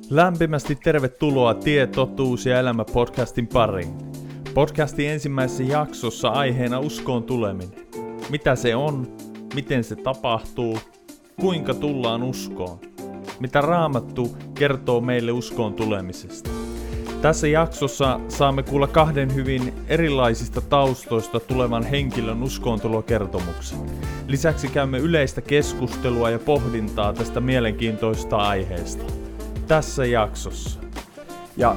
Lämpimästi tervetuloa Tie, totuus ja elämä podcastin pariin. Podcastin ensimmäisessä jaksossa aiheena uskoon tuleminen. Mitä se on, miten se tapahtuu, kuinka tullaan uskoon, mitä Raamattu kertoo meille uskoon tulemisesta. Tässä jaksossa saamme kuulla kahden hyvin erilaisista taustoista tulevan henkilön uskoontulokertomuksen. Lisäksi käymme yleistä keskustelua ja pohdintaa tästä mielenkiintoista aiheesta. Tässä jaksossa. Ja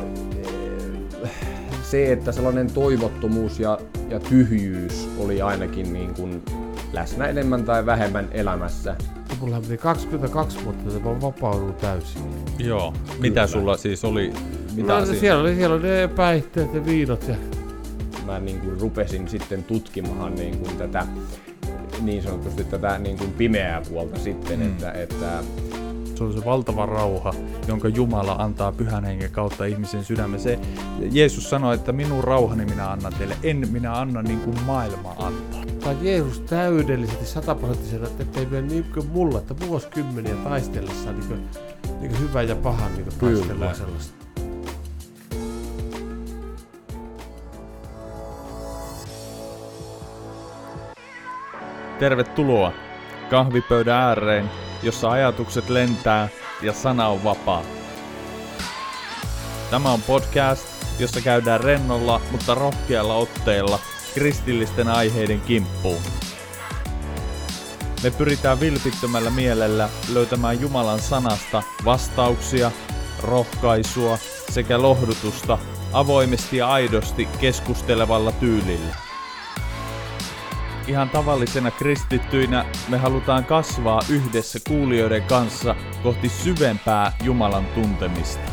se, että sellainen toivottomuus ja tyhjyys oli ainakin niin kuin läsnä enemmän tai vähemmän elämässä. Mulla meni 22 vuotta, että mä vapaudun täysin. Joo. Mitä sulla siis oli? Siellä oli ne päihteet ja viinot. Ja... Mä niin kuin rupesin sitten tutkimaan niin kuin tätä niin sanotusti tätä niin kuin pimeää puolta sitten, että se on se valtava rauha, jonka Jumala antaa Pyhän Hengen kautta ihmisen sydämeen. Jeesus sanoi, että minun rauhani minä annan teille, en minä anna niin kuin maailma antaa. Tai Jeesus täydellisesti 100%, että ei mene niin kuin mulla, että vuosikymmeniä taistellessa niin hyvä ja paha niin taistellaan sellaista. Tervetuloa kahvipöydän ääreen, jossa ajatukset lentää ja sana on vapaa. Tämä on podcast, jossa käydään rennolla, mutta rohkealla otteella kristillisten aiheiden kimppuun. Me pyritään vilpittömällä mielellä löytämään Jumalan sanasta vastauksia, rohkaisua sekä lohdutusta avoimesti ja aidosti keskustelevalla tyylillä. Ihan tavallisena kristittyinä me halutaan kasvaa yhdessä kuulijoiden kanssa kohti syvempää Jumalan tuntemista.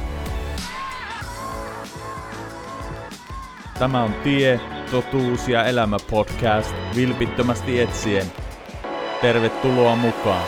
Tämä on Tie, totuus ja elämä podcast vilpittömästi etsien. Tervetuloa mukaan!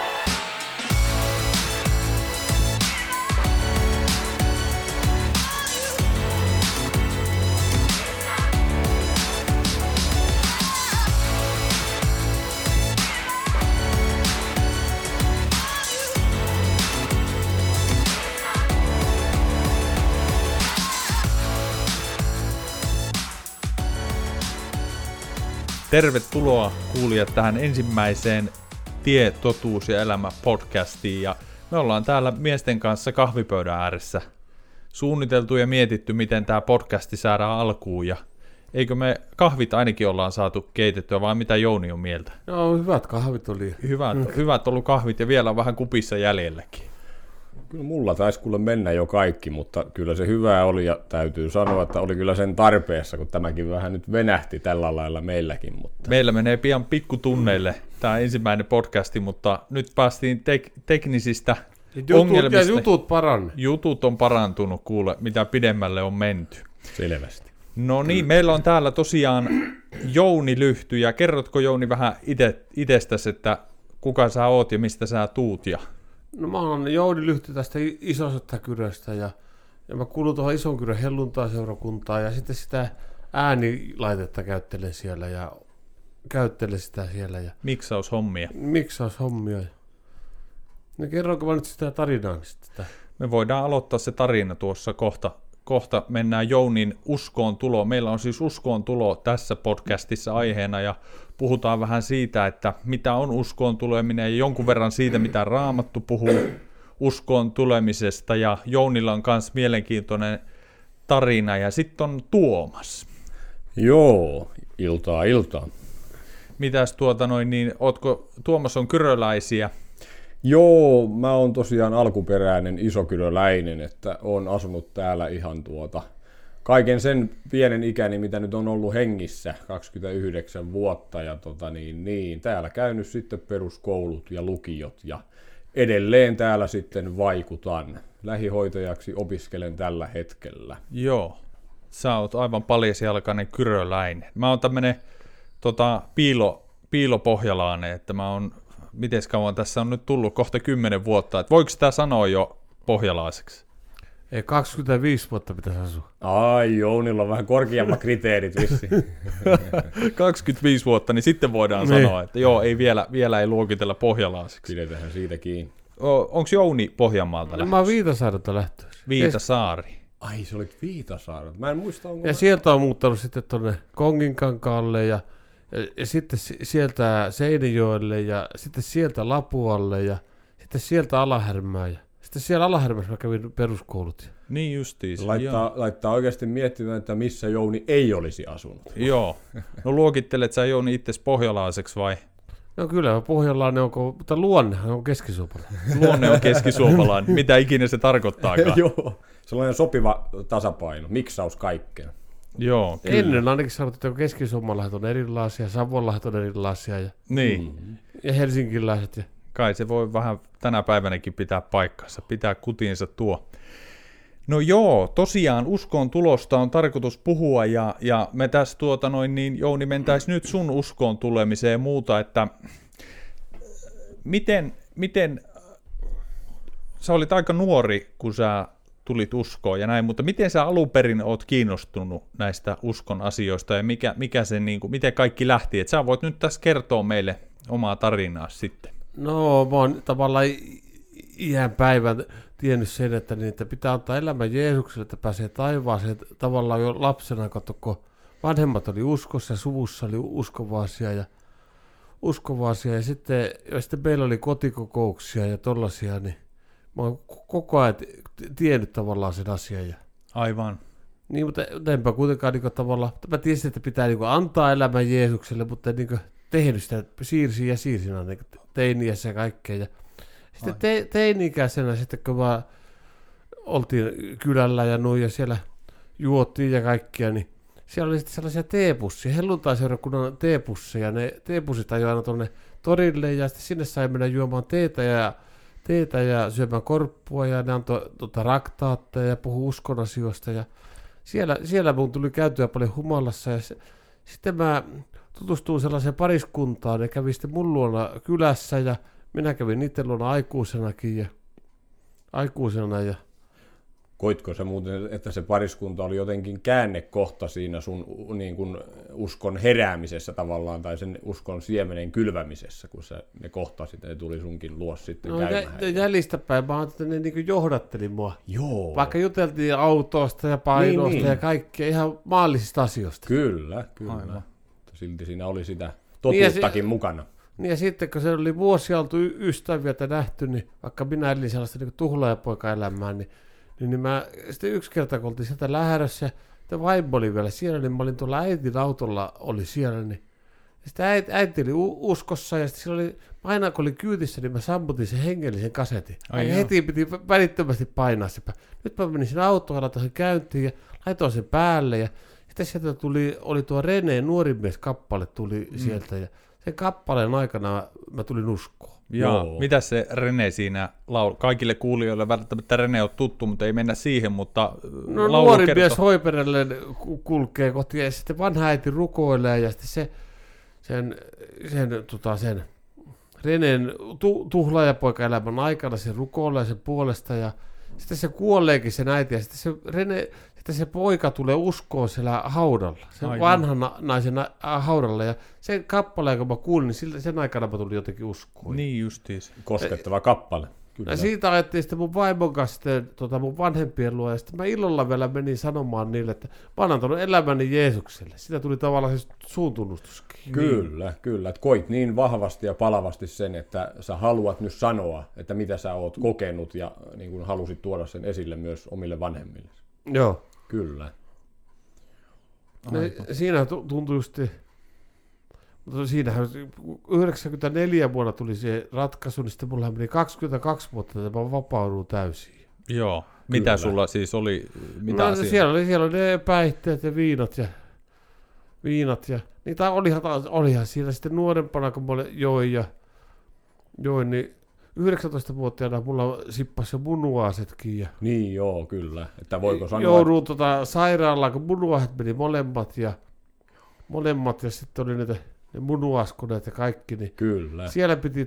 Tervetuloa kuulijat tähän ensimmäiseen Tie, totuus ja elämä podcastiin. Ja me ollaan täällä miesten kanssa kahvipöydän ääressä suunniteltu ja mietitty, miten tämä podcasti saadaan alkuun. Ja eikö me kahvit ainakin ollaan saatu keitettyä, vai mitä Jouni on mieltä? Joo, hyvät kahvit oli. Hyvät ollut kahvit ja vielä on vähän kupissa jäljelläkin. Kyllä mulla taisi kuule mennä jo kaikki, mutta kyllä se hyvää oli ja täytyy sanoa, että oli kyllä sen tarpeessa, kun tämäkin vähän nyt venähti tällä lailla meilläkin. Mutta... Meillä menee pian pikkutunneille tämä ensimmäinen podcasti, mutta nyt päästiin teknisistä ongelmista. Ja jutut paranne. Jutut on parantunut, kuule, mitä pidemmälle on menty. Selvästi. No niin, meillä on täällä tosiaan Jouni Lyhty, ja kerrotko Jouni vähän itsestäsi, että kuka sä oot ja mistä sä tuut? No mä oon Jouni Lyhty tästä Isosotakyröstä ja mä kuulun tuohon Isonkyrön helluntaiseurakuntaan ja sitten sitä äänilaitetta käyttelen siellä ja käyttelen sitä siellä. Ja Miksaushommia. No kerronko mä nyt sitä tarinaa sitten? Me voidaan aloittaa se tarina tuossa kohta mennään Jounin uskoon tuloon. Meillä on siis uskoon tulo tässä podcastissa aiheena ja puhutaan vähän siitä, että mitä on uskoon tuleminen ja jonkun verran siitä, mitä Raamattu puhuu uskoon tulemisesta. Ja Jounilla on myös mielenkiintoinen tarina ja sitten on Tuomas. Joo, iltaa. Mitäs Tuomas on kyröläisiä? Joo, mä oon tosiaan alkuperäinen isokyröläinen, että oon asunut täällä ihan kaiken sen pienen ikäni, mitä nyt on ollut hengissä, 29 vuotta ja täällä käynyt sitten peruskoulut ja lukiot ja edelleen täällä sitten vaikutan. Lähihoitajaksi opiskelen tällä hetkellä. Joo, sä oot aivan paljasjalkainen kyröläinen. Mä oon tämmönen piilopohjalainen, että mä oon miten kauan tässä on nyt tullut kohta 10 vuotta, että voiko sitä sanoa jo pohjalaiseksi? Ei, 25 vuotta pitäisi asua. Ai, Jounilla on vähän korkeammat kriteerit vissiin. 25 vuotta, niin sitten voidaan sanoa, että joo, ei vielä ei luokitella pohjalaiseksi. Pidetään siitä kiinni. Onko Jouni Pohjanmaalta lähtöisin? Mä oon Viitasaarelta lähtöisin. Viitasaari. Ai, se olit Viitasaarelta. Mä en muista, onko... Ja sieltä on muuttanut sitten tuonne Konginkankaalle ja sitten sieltä Seinäjoelle ja sitten sieltä Lapualle ja sitten sieltä Alahärmään. Ja sitten siellä Alahärmässä mä kävin peruskoulut. Niin justiis. Laittaa oikeasti miettimään, että missä Jouni ei olisi asunut. Joo. No luokittelet sä Jouni itses pohjalaiseksi vai? No kyllä, pohjalainen onko, mutta luonnehan on keskisuomalainen. Luonne on keskisuomalainen. Mitä ikinä se tarkoittaakaan. Joo, sellainen sopiva tasapaino, miksaus kaikkeen. Joo, kyllä. Ennen ainakin sanottu, että keskisuomalaiset on erilaisia, savonlaiset on erilaisia ja helsinkiläiset. Ja... Kai se voi vähän tänä päivänäkin pitää paikkansa, pitää kutinsa tuo. No joo, tosiaan uskon tulosta on tarkoitus puhua ja me tässä Jouni mentäisi nyt sun uskoon tulemiseen ja muuta, että miten sä olit aika nuori, kun sä tulit uskoon ja näin, mutta miten sä alun perin oot kiinnostunut näistä uskon asioista ja mikä se, niin kuin, miten kaikki lähti, että sä voit nyt tässä kertoa meille omaa tarinaa sitten. No mä oon tavallaan iän päivän tiennyt sen, että pitää antaa elämä Jeesukselle, että pääsee taivaaseen tavallaan jo lapsena, kun vanhemmat oli uskossa ja suvussa oli uskovaisia ja sitten meillä oli kotikokouksia ja tollaisia, niin mä oon koko ajan tiennyt tavallaan sen asian. Ja... Aivan. Niin, mutta enpä kuitenkaan niin tavallaan, mä tiesin, että pitää niin antaa elämä Jeesukselle, mutta en niin tehnyt sitä siirsin aina niin teiniässä ja kaikkea. Ja sitten teini-ikäisenä sitten, kun mä oltiin kylällä ja noin ja siellä juottiin ja kaikkia, niin siellä oli sitten sellaisia teepussia, helluntaiseurakunnan teepusseja. Ne teepussit ajoi aina tuonne torille ja sitten sinne sai mennä juomaan teetä ja syömään korppua ja ne antoi raktaatteja ja puhui uskon asioista. Ja siellä mun tuli käytyä paljon humalassa ja sitten mä tutustuin sellaiseen pariskuntaan, ne kävi sitten mun luona kylässä ja minä kävin niiden luona aikuisena ja Koitko se muuten, että se pariskunta oli jotenkin käännekohta siinä sun niin kuin uskon heräämisessä tavallaan, tai sen uskon siemenen kylvämisessä, kun ne kohtasit ja ne tuli sunkin luos sitten käymään? Jäljistäpäin mä ajattelin, että ne niin johdatteli mua. Joo. Vaikka juteltiin autosta ja painosta ja kaikkea ihan maallisista asioista. Kyllä. Aivan. Silti siinä oli sitä totuuttakin mukana. Niin ja sitten kun se oli vuosia oltu ystäviä nähty, niin vaikka minä elin sellaista niin tuhlaajapoika-elämää, niin mä sitten yksi kerta, kun oltiin sieltä lähdössä, ja vaimo oli vielä siellä, niin mä olin tuolla äitin autolla oli siellä, niin sitten äiti oli uskossa, ja sitten oli, aina kun oli kyytissä, niin mä sammutin sen hengellisen kasetin. Heti piti välittömästi painaa se. Nyt mä menin sinne autoon, laitoin sen käyntiin, ja laitoin sen päälle, ja sitten sieltä oli tuo Reneen nuori mies kappale tuli sieltä, ja sen kappaleen aikana mä tulin uskoon. Joo. Mitä se Rene siinä kaikille kuulijoille välttämättä Rene on tuttu, mutta ei mennä siihen, mutta no nuori mies Hoiperelle kulkee kohti ja sitten vanha äiti rukoilee ja sitten sen Reneen tuhlaajapoika-elämän aikana se rukoilee sen puolesta ja sitten se kuoleekin sen äiti ja sitten se poika tulee uskoon siellä haudalla, sen vanhan naisen haudalla ja sen kappaleen, kun mä kuulin, niin sen aikana mä tulin jotenkin uskoon. Niin justiis. Koskettava kappale. Kyllä. Ja siitä ajettiin sitten mun vaimon kanssa sitten, mun vanhempien luo ja sitten mä illalla vielä menin sanomaan niille, että mä oon antanut elämäni Jeesukselle. Sitä tuli tavallaan se suuntunnustuskin. Kyllä. Että koit niin vahvasti ja palavasti sen, että sä haluat nyt sanoa, että mitä sä oot kokenut ja niin kuin halusit tuoda sen esille myös omille vanhemmille. Joo. Kyllä. Siinä tuntui just, mutta siinähän 94 vuonna tuli se ratkaisu, niin sitten mulla meni 22 vuotta, että mä vapaudun täysin. Joo. Mitä sulla siis oli? Mitä siellä oli ne päihteet ja viinat ja niitä olihan siellä sitten nuorempana, kun mä join, niin 19-vuotiaana mulla sippasi jo munuaisetkin. Ja niin joo, kyllä. Että voiko sanoa, jouduin sairaalaan, kun munuaiset meni molemmat ja sitten oli ne munuaiskoneet ja kaikki. Niin kyllä. siellä piti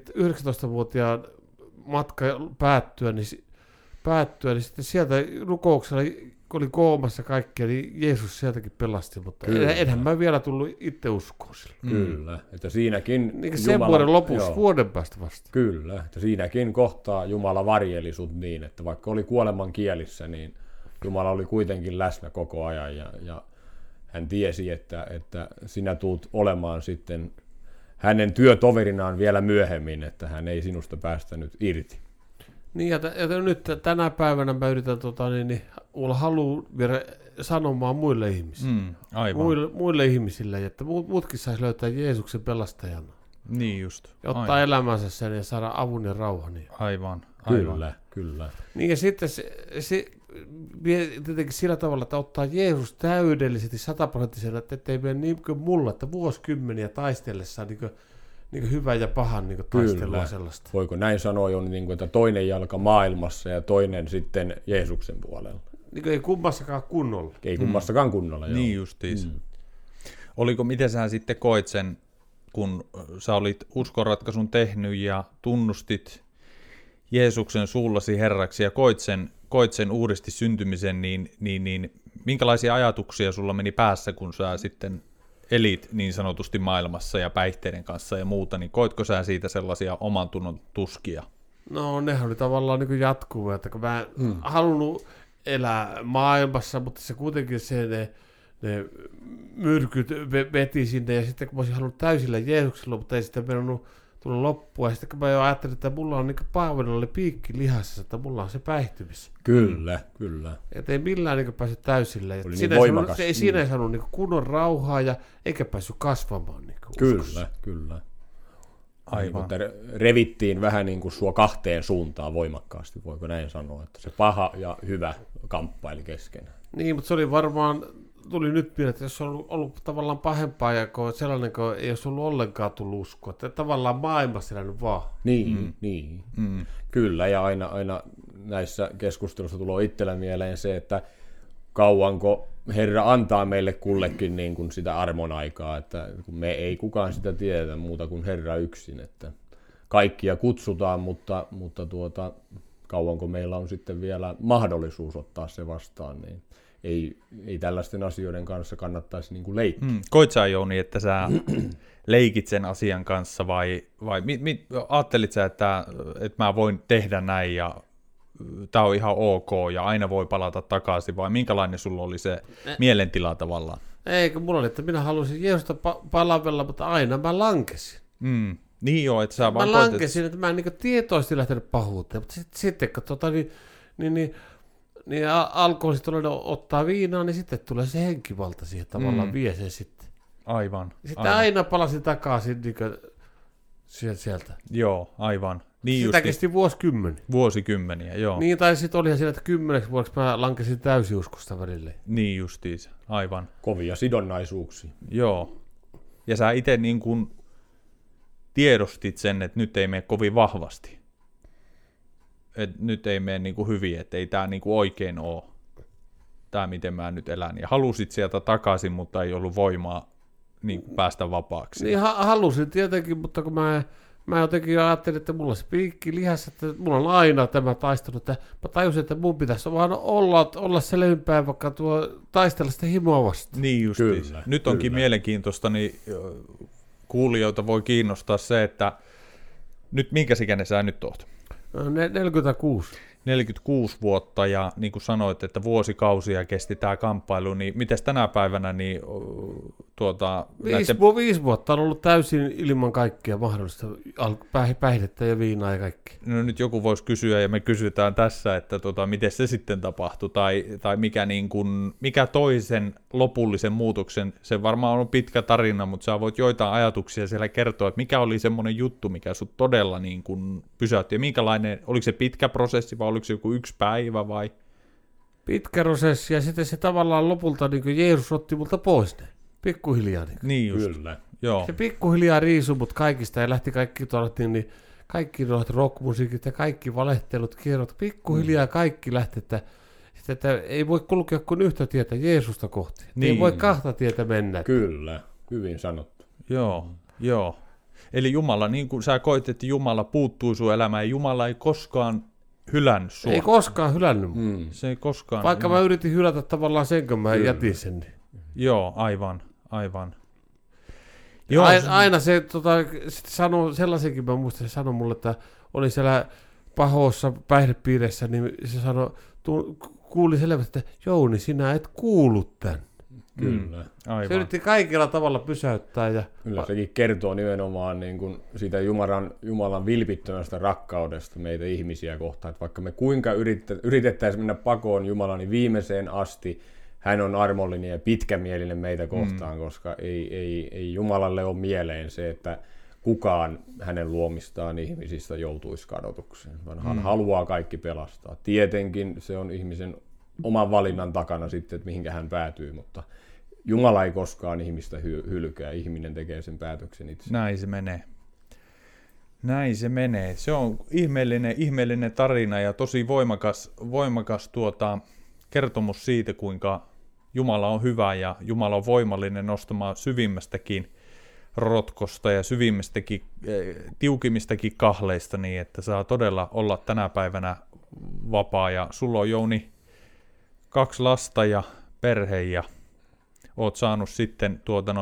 19-vuotiaan matka päättyä, niin sitten sieltä rukouksella, kun oli koomassa kaikkea, niin Jeesus sieltäkin pelasti, mutta enhän mä vielä tullut itse uskoon sille. Kyllä, että siinäkin niin sen vuoden lopussa, vuoden päästä vasta. Kyllä, että siinäkin kohtaa Jumala varjeli sut niin, että vaikka oli kuoleman kielissä, niin Jumala oli kuitenkin läsnä koko ajan ja hän tiesi, että sinä tuut olemaan sitten hänen työtoverinaan vielä myöhemmin, että hän ei sinusta päästä nyt irti. Niin, ja nyt tänä päivänä mä yritän mulla haluaa vielä sanomaan muille ihmisille. Aivan. Muille ihmisille, että muutkin saisi löytää Jeesuksen pelastajana. Niin just. Ja ottaa elämänsä sen ja saada avun ja rauhan. Aivan. Kyllä. Niin ja sitten se tietenkin sillä tavalla, että ottaa Jeesus täydellisesti 100%, että ettei mene niin kuin mulla, että vuosikymmeniä taistellessa niin hyvä ja pahan niin taistelua sellaista. Voiko näin sanoa jo, niin kuin, että toinen jalka maailmassa ja toinen sitten Jeesuksen puolella? Niin ei kummassakaan kunnolla. Ei kummassakaan kunnolla, joo. Niin justiis. Oliko, miten sä sitten koit sen, kun sä olit uskonratkaisun tehnyt ja tunnustit Jeesuksen suullasi Herraksi ja koit sen uudesti syntymisen, niin minkälaisia ajatuksia sulla meni päässä, kun sä sitten elit niin sanotusti maailmassa ja päihteiden kanssa ja muuta, niin koitko sä siitä sellaisia oman tunnon tuskia? No nehän oli tavallaan niin jatkuvia, että kun mä en halunnut elää maailmassa, mutta se kuitenkin ne myrkyt veti sinne, ja sitten kun mä olisin halunnut täysillä Jeesuksella, mutta ei sitten mennyt tulla loppua, ja sitten kun mä jo ajattelin, että mulla on niin kuin Paavalilla oli piikki lihassa, että mulla on se päihtymys. Kyllä. Että ei millään niin päässyt täysille. Oli niin voimakas. Siinä ei saanut niin kunnon rauhaa, ja eikä päässyt kasvamaan. Niin Kyllä. Aivan. Niin, revittiin vähän niin kuin sua kahteen suuntaan voimakkaasti, voiko näin sanoa, että se paha ja hyvä kamppaili keskenään. Niin, mutta se oli varmaan, tuli nyt mieleen, että jos on ollut tavallaan pahempaa ja sellainen, kun ei olisi ollut ollenkaan tullut uskoa, että tavallaan maailmassa elänyt vaan. Niin. Kyllä, ja aina näissä keskusteluissa tulee itsellä mieleen se, että kauanko Herra antaa meille kullekin niin kuin sitä armon aikaa, että me ei kukaan sitä tiedä muuta kuin Herra yksin, että kaikkia kutsutaan, mutta kauanko meillä on sitten vielä mahdollisuus ottaa se vastaan, niin ei tällaisten asioiden kanssa kannattaisi niin kuin leikkiä. Koit sä, Jouni, että sä leikit sen asian kanssa vai ajattelit sä, että mä voin tehdä näin ja tämä on ihan ok ja aina voi palata takaisin, vai minkälainen sulla oli se mielentila tavallaan? Eikö mulla oli, että minä halusin Jeesusta palvella, mutta aina mä lankesin. Niin joo, että sä vaan mä lankesin, että mä en niin tietoisesti lähtenyt pahuuteen, mutta sitten kun alkoi sitten ottaa viinaa, niin sitten tulee se henkivalta siihen tavallaan vie sen sitten. Aivan. Sitten aina palasin takaisin niin sieltä. Joo, aivan. Niin sitä kesti vuosikymmeniä, joo. Niin, tai sitten olihan siinä, että 10 vuodeksi mä lankesin täysiuskosta välille. Niin justiinsa, aivan. Kovia sidonnaisuuksia. Joo. Ja sä itse niin kuin tiedostit sen, että nyt ei mene kovin vahvasti. Että nyt ei mene niin kuin hyvin, että ei tämä niin kuin oikein ole. Tämä, miten mä nyt elän. Ja halusit sieltä takaisin, mutta ei ollut voimaa niin kuin päästä vapaaksi. Niin halusin tietenkin, mutta kun mä jotenkin ajattelin, että mulla on se piikki lihassa, että mulla on aina tämä taistelu, että mä tajusin, että mun pitäisi vaan olla selvempää, vaikka taistella sitä himoa vastaan. Niin justiinsa. Nyt onkin mielenkiintoista, niin kuulijoita voi kiinnostaa se, että nyt minkä ikäinen sä nyt oot? 46. 46 vuotta ja niin kuin sanoit, että vuosikausia kesti tämä kamppailu, niin miten tänä päivänä niin 5 vuotta on ollut täysin ilman kaikkia mahdollista päihdettä ja viinaa ja kaikkea. No nyt joku voisi kysyä ja me kysytään tässä, että miten se sitten tapahtui tai mikä toisen lopullisen muutoksen, se varmaan on pitkä tarina, mutta sä voit joitain ajatuksia siellä kertoa, että mikä oli semmoinen juttu, mikä sut todella niin kuin pysäytti ja minkälainen, oliko se pitkä prosessi vai oliko se joku 1 päivä vai? Pitkä prosessi ja sitten se tavallaan lopulta niin kuin Jeesus otti multa pois ne. Pikkuhiljaa. Niin just. Kyllä. Joo. Se pikkuhiljaa riisui mut kaikista ja lähti kaikki rockmusiikit ja kaikki valehtelut, kierrot. Pikkuhiljaa kaikki lähti, että ei voi kulkea kuin yhtä tietä Jeesusta kohti. Niin. Ei voi 2 tietä mennä. Kyllä, hyvin sanottu. Joo. Eli Jumala, niin kuin sä koit, että Jumala puuttuu sun elämään ja Jumala ei koskaan hylännyt sua. Ei koskaan hylännyt mua. Se ei koskaan. Vaikka mä yritin hylätä tavallaan sen, kun mä jätin sen. Niin. Joo, aivan. Joo, aina se sit sanoo, sellaisenkin mä muistan, se sanoi mulle, että oli siellä pahoissa päihdepiirissä, niin se sanoi, kuuli selvästi, että Jouni, sinä et kuullut tämän. Kyllä. Aivan. Se yritti kaikilla tavalla pysäyttää. Ja Kyllä sekin kertoo nimenomaan niin kuin siitä Jumalan vilpittömästä rakkaudesta meitä ihmisiä kohtaan. Että vaikka me kuinka yritettäisiin mennä pakoon Jumalan, niin viimeiseen asti hän on armollinen ja pitkämielinen meitä kohtaan, koska ei Jumalalle ole mieleen se, että kukaan hänen luomistaan ihmisistä joutuisi kadotukseen, vaan hän haluaa kaikki pelastaa. Tietenkin se on ihmisen oman valinnan takana sitten, että mihinkä hän päätyy, mutta Jumala ei koskaan ihmistä hylkää, ihminen tekee sen päätöksen itse. Näin se menee. Se on ihmeellinen tarina ja tosi voimakas kertomus siitä, kuinka Jumala on hyvä ja Jumala on voimallinen nostamaan syvimmästäkin rotkosta ja syvimmästäkin, tiukimmistakin kahleista niin, että saa todella olla tänä päivänä vapaa. Ja sulla on, Jouni, 2 lasta ja perhe ja oot saanut sitten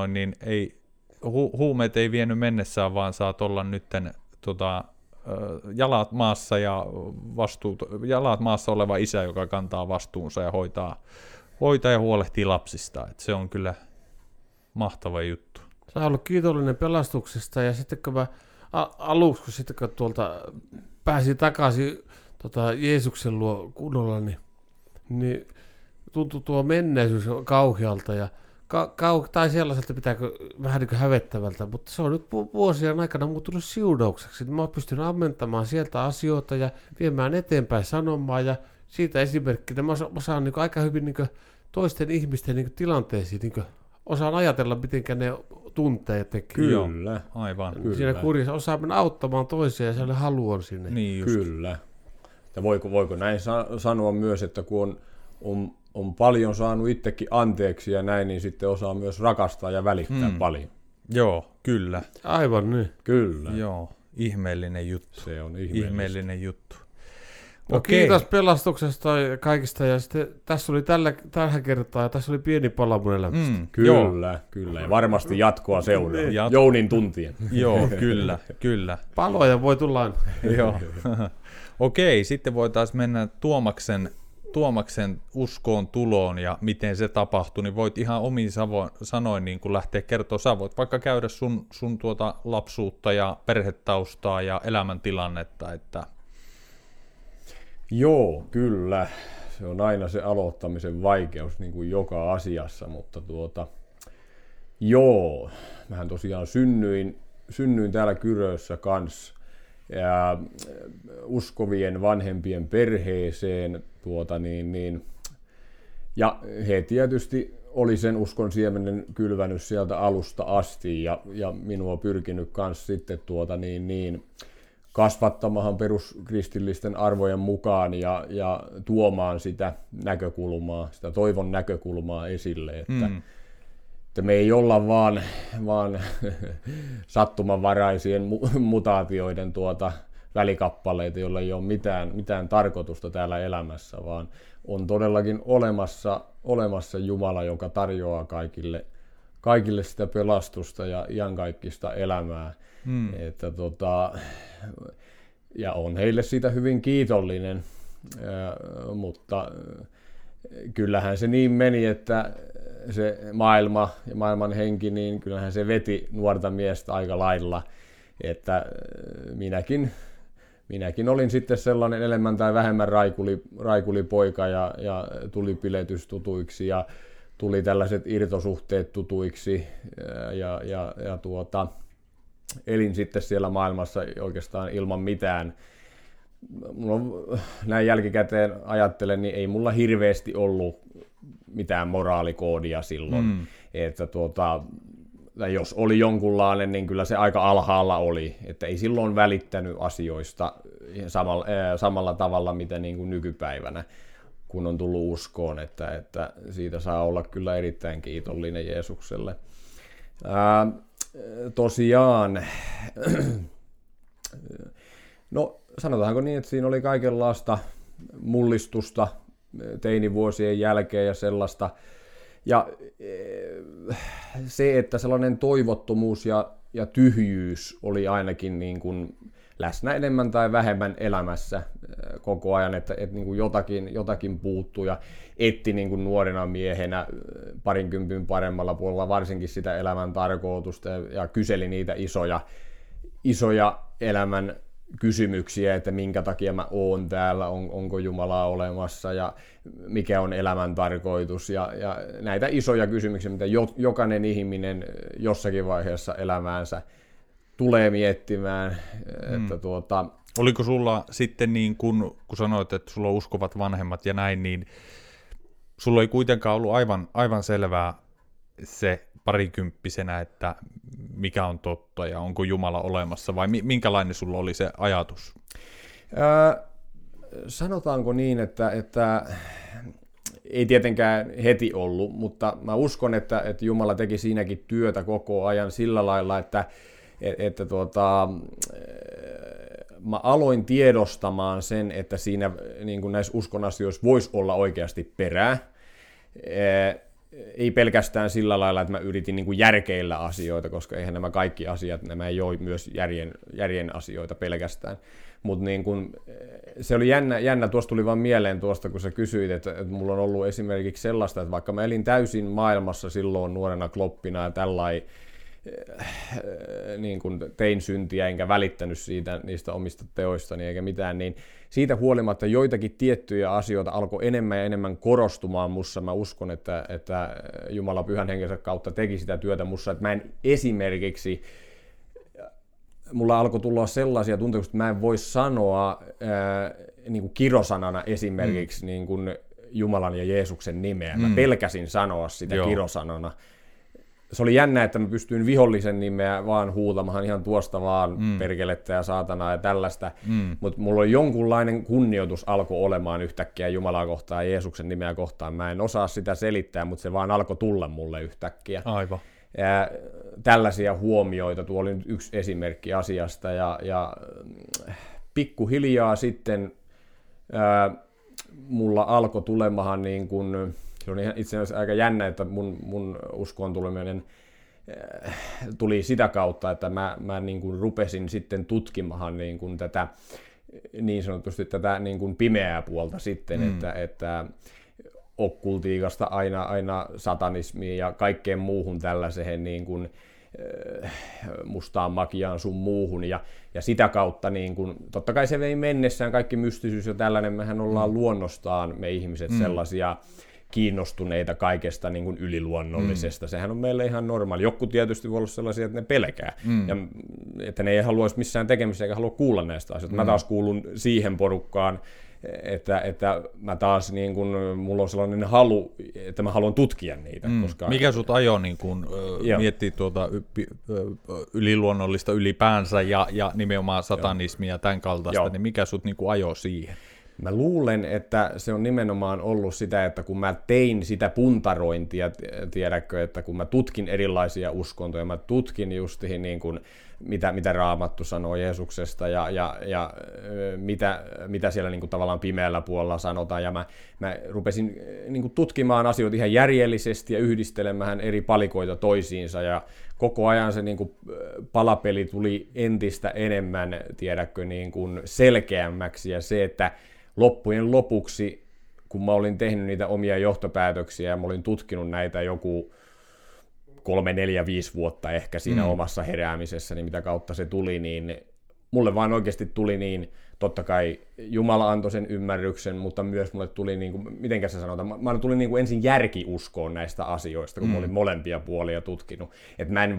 huumeet ei vienyt mennessään, vaan saat olla nytten jalat maassa ja jalat maassa oleva isä, joka kantaa vastuunsa ja hoitaa ja huolehtii lapsista. Et se on kyllä mahtava juttu. Sä oot ollut kiitollinen pelastuksesta ja sitten kun mä aluksi, kun tuolta pääsin takaisin Jeesuksen luo kunnolla, niin tuntui tuo menneisyys kauhealta ja tai sellaiselta pitääkö vähän niin kuin hävettävältä, mutta se on nyt vuosien aikana muuttunut siunaukseksi. Mä oon pystynyt ammentamaan sieltä asioita ja viemään eteenpäin sanomaan ja siitä esimerkkinä mä osaan niin aika hyvin niin toisten ihmisten niin tilanteisiin, niin osaan ajatella, miten ne tuntee ja tekee. Kyllä, aivan. Siinä kurissa osaa mennä auttamaan toisia ja sellainen halu on sinne. Niin just. Kyllä. Ja voiko näin sanoa myös, että kun on paljon saanut itsekin anteeksi ja näin, niin sitten osaa myös rakastaa ja välittää paljon. Joo, kyllä. Aivan niin. Kyllä. Joo, ihmeellinen juttu. Se on ihmeellinen juttu. No, kiitos pelastuksesta ja kaikista. Ja sitten tässä oli tällä kertaa ja tässä oli pieni pala mun elämästä. Kyllä. Ja varmasti jatkoa seuraa. Jounin tuntien. Joo, kyllä. Paloja voi tulla aina. Joo. Okei, sitten voitaisiin mennä Tuomaksen uskoon tuloon ja miten se tapahtui, niin voit ihan omin sanoin niin kun lähteä kertoa. Sä voit vaikka käydä sun lapsuutta ja perhetaustaa ja elämäntilannetta. Että... Joo, kyllä. Se on aina se aloittamisen vaikeus niin kuin joka asiassa, mutta mähän tosiaan synnyin täällä Kyrössä kanssa ja uskovien vanhempien perheeseen ja he tietysti oli sen uskon siemenen kylvänyt sieltä alusta asti ja minua pyrkinyt kanssa sitten kasvattamahan peruskristillisten arvojen mukaan ja tuomaan sitä näkökulmaa, sitä toivon näkökulmaa esille, että me ei olla vaan sattumanvaraisien mutaatioiden välikappaleita, joilla ei ole mitään tarkoitusta täällä elämässä, vaan on todellakin olemassa Jumala, joka tarjoaa kaikille sitä pelastusta ja iankaikkista elämää. Että ja on heille siitä hyvin kiitollinen, mutta kyllähän se niin meni, että se maailma ja maailman henki, niin kyllähän se veti nuorta miestä aika lailla, että minäkin olin sitten sellainen enemmän tai vähemmän raikulipoika ja tuli piletys tutuiksi ja tuli tällaiset irtosuhteet tutuiksi ja elin sitten siellä maailmassa oikeastaan ilman mitään. Näin jälkikäteen ajattelen, niin ei mulla hirveästi ollut mitään moraalikoodia silloin. Että jos oli jonkunlainen, niin kyllä se aika alhaalla oli. Että ei silloin välittänyt asioista samalla tavalla, mitä niin kuin nykypäivänä, kun on tullut uskoon. Että siitä saa olla kyllä erittäin kiitollinen Jeesukselle. Tosiaan, no sanotaanko niin, että siinä oli kaikenlaista mullistusta teinivuosien jälkeen ja sellaista. Ja se, että sellainen toivottomuus ja tyhjyys oli ainakin niin kuin läsnä enemmän tai vähemmän elämässä koko ajan, että niin kuin jotakin puuttui ja etti niin kuin nuorena miehenä parinkympin paremmalla puolella varsinkin sitä elämän tarkoitusta ja kyseli niitä isoja elämän kysymyksiä, että minkä takia mä oon täällä, onko Jumalaa olemassa ja mikä on elämän tarkoitus ja näitä isoja kysymyksiä, mitä jokainen ihminen jossakin vaiheessa elämäänsä tulee miettimään. Että Oliko sulla sitten niin kun sanoit, että sulla on uskovat vanhemmat ja näin, niin sulla ei kuitenkaan ollut aivan selvää se parikymppisenä, että mikä on totta ja onko Jumala olemassa, vai minkälainen sulla oli se ajatus? Sanotaanko niin, että ei tietenkään heti ollut, mutta mä uskon, että Jumala teki siinäkin työtä koko ajan sillä lailla, että mä aloin tiedostamaan sen, että siinä niin kuin näissä uskon asioissa voisi olla oikeasti perää. Ei pelkästään sillä lailla, että mä yritin niin kuin järkeillä asioita, koska eihän nämä kaikki asiat, nämä ei ole myös järjen asioita pelkästään. Mutta niin kun, se oli jännä, tuosta tuli vaan mieleen tuosta, kun sä kysyit, että mulla on ollut esimerkiksi sellaista, että vaikka mä elin täysin maailmassa silloin nuorena kloppina ja tällainen, niin kun tein syntiä enkä välittänyt niistä omista teoistani eikä mitään, niin siitä huolimatta joitakin tiettyjä asioita alkoi enemmän ja enemmän korostumaan mussa. Mä uskon, että Jumala Pyhän Henkensä kautta teki sitä työtä mussa, että mä en esimerkiksi, mulla alkoi tulla sellaisia tunteita, että mä en voi sanoa niin kuin kirosanana esimerkiksi niin kuin Jumalan ja Jeesuksen nimeä. Mä pelkäsin sanoa sitä kirosanana. Se oli jännä, että mä pystyin vihollisen nimeä vaan huutamahan ihan tuosta vaan perkelettä ja saatanaa ja tällaista, mutta mulla oli jonkunlainen kunnioitus alkoi olemaan yhtäkkiä Jumalaa kohtaan ja Jeesuksen nimeä kohtaan. Mä en osaa sitä selittää, mutta se vaan alkoi tulla mulle yhtäkkiä. Aivan. Ja tällaisia huomioita, tuo oli nyt yksi esimerkki asiasta ja pikkuhiljaa sitten mulla alkoi tulemahan niin kuin, se on itse asiassa aika jännä, että mun uskoon tuleminen tuli sitä kautta, että mä niin kuin rupesin sitten tutkimaan niin kuin tätä niin sanotusti tätä niin kuin pimeää puolta sitten, että okkultiikasta aina satanismiin ja kaikkeen muuhun tällaiseen niin kuin mustaan magiaan sun muuhun ja sitä kautta niin kuin, totta kai se vei mennessään kaikki mystisyys ja tällainen, mehän ollaan luonnostaan me ihmiset sellaisia kiinnostuneita kaikesta niin kuin yliluonnollisesta. Sehän on meille ihan normaali. Jotkut tietysti voi olla sellaisia, että ne pelkää. Ja että ne ei haluaisi missään tekemistä eikä halua kuulla näistä asioista. Mä taas kuulun siihen porukkaan, että mä taas niin kuin, mulla on sellainen halu, että mä haluan tutkia niitä. Koska mikä sut ajoi niin kun, miettiä tuota yliluonnollista ylipäänsä ja nimenomaan satanismia ja tämän kaltaista, niin mikä sut niin kuin ajoi siihen? Mä luulen, että se on nimenomaan ollut sitä, että kun mä tein sitä puntarointia, tiedätkö, että kun mä tutkin erilaisia uskontoja, mä tutkin justihin niin kuin, mitä Raamattu sanoo Jeesuksesta ja mitä siellä niin kuin tavallaan pimeällä puolella sanotaan, ja mä rupesin niin kuin tutkimaan asioita ihan järjellisesti ja yhdistelemään eri palikoita toisiinsa, ja koko ajan se niin kuin palapeli tuli entistä enemmän, tiedätkö, niin kuin selkeämmäksi, ja se, että loppujen lopuksi, kun mä olin tehnyt niitä omia johtopäätöksiä ja mä olin tutkinut näitä joku 3, 4, 5 vuotta ehkä siinä omassa heräämisessä, niin mitä kautta se tuli, niin mulle vaan oikeasti tuli niin, totta kai Jumala antoi sen ymmärryksen, mutta myös mulle tuli, niin kuin, mitenkä se sanotaan, mä tulin niin kuin ensin järkiuskoon näistä asioista, kun mä olin molempia puolia tutkinut, että mä en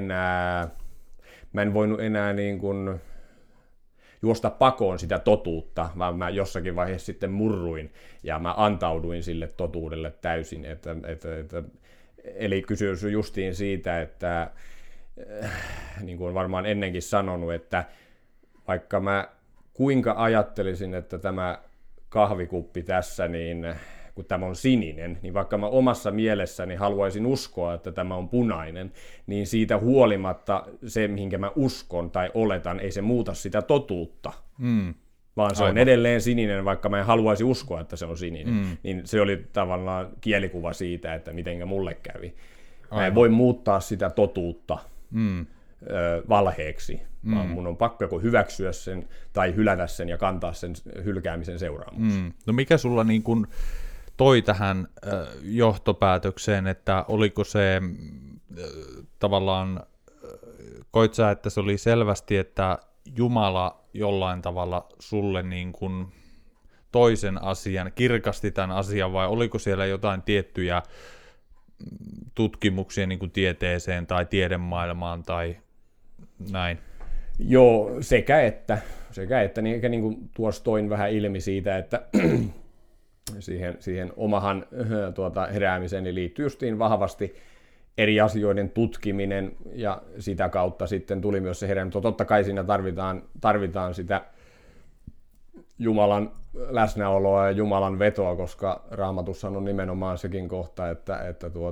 voinut enää niin kuin juosta pakoon sitä totuutta, vaan mä jossakin vaiheessa sitten murruin ja mä antauduin sille totuudelle täysin. Eli kysymys on justiin siitä, että niin kuin olen varmaan ennenkin sanonut, että vaikka mä kuinka ajattelisin, että tämä kahvikuppi tässä, niin kun tämä on sininen, niin vaikka mä omassa mielessäni haluaisin uskoa, että tämä on punainen, niin siitä huolimatta se, mihinkä mä uskon tai oletan, ei se muuta sitä totuutta. vaan se on edelleen sininen, vaikka mä en haluaisi uskoa, että se on sininen. Niin se oli tavallaan kielikuva siitä, että mitenkä mulle kävi. Mä en voi muuttaa sitä totuutta valheeksi, vaan mun on pakko joko hyväksyä sen tai hylätä sen ja kantaa sen hylkäämisen seuraamuksen. No mikä sulla niin kun toi tähän johtopäätökseen, että oliko se tavallaan, koit sä, että se oli selvästi, että Jumala jollain tavalla sulle niin kuin toisen asian, kirkasti tämän asian, vai oliko siellä jotain tiettyjä tutkimuksia niin kuin tieteeseen tai tiedemaailmaan tai näin? Joo, sekä että niin kuin tuossa toin vähän ilmi siitä, että siihen omahan heräämiseen liittyy justiin vahvasti eri asioiden tutkiminen, ja sitä kautta sitten tuli myös se herääminen. Totta kai siinä tarvitaan sitä Jumalan läsnäoloa ja Jumalan vetoa, koska Raamatussa on nimenomaan sekin kohta, että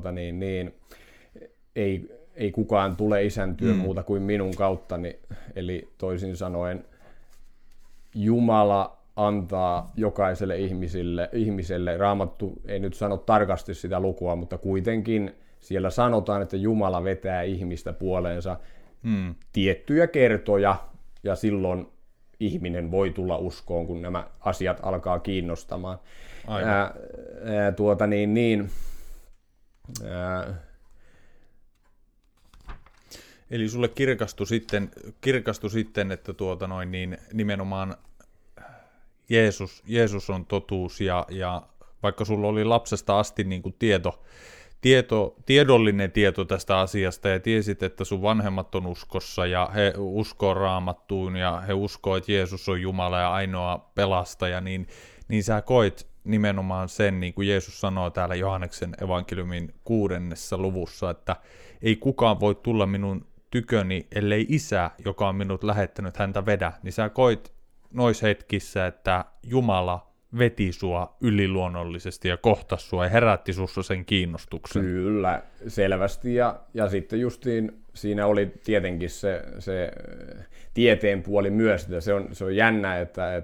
ei kukaan tule Isän työn muuta kuin minun kauttani. Eli toisin sanoen Jumala antaa jokaiselle ihmiselle, Raamattu ei nyt sano tarkasti sitä lukua, mutta kuitenkin siellä sanotaan, että Jumala vetää ihmistä puoleensa tiettyjä kertoja, ja silloin ihminen voi tulla uskoon, kun nämä asiat alkaa kiinnostamaan. Eli sulle kirkastui sitten että nimenomaan Jeesus on totuus, ja vaikka sulla oli lapsesta asti niin kuin tiedollinen tieto tästä asiasta, ja tiesit, että sun vanhemmat on uskossa, ja he uskoo Raamattuun, ja he uskoo, että Jeesus on Jumala ja ainoa pelastaja, niin sä koit nimenomaan sen, niin kuin Jeesus sanoo täällä Johanneksen evankeliumin 6. luvussa, että ei kukaan voi tulla minun tyköni, ellei Isä, joka on minut lähettänyt, häntä vedä, niin sä koit noissa hetkissä, että Jumala veti sua yliluonnollisesti ja kohtasi sua ja herätti sussa sen kiinnostuksen. Kyllä, selvästi. Ja sitten justiin siinä oli tietenkin se tieteen puoli myös, että se on jännä, että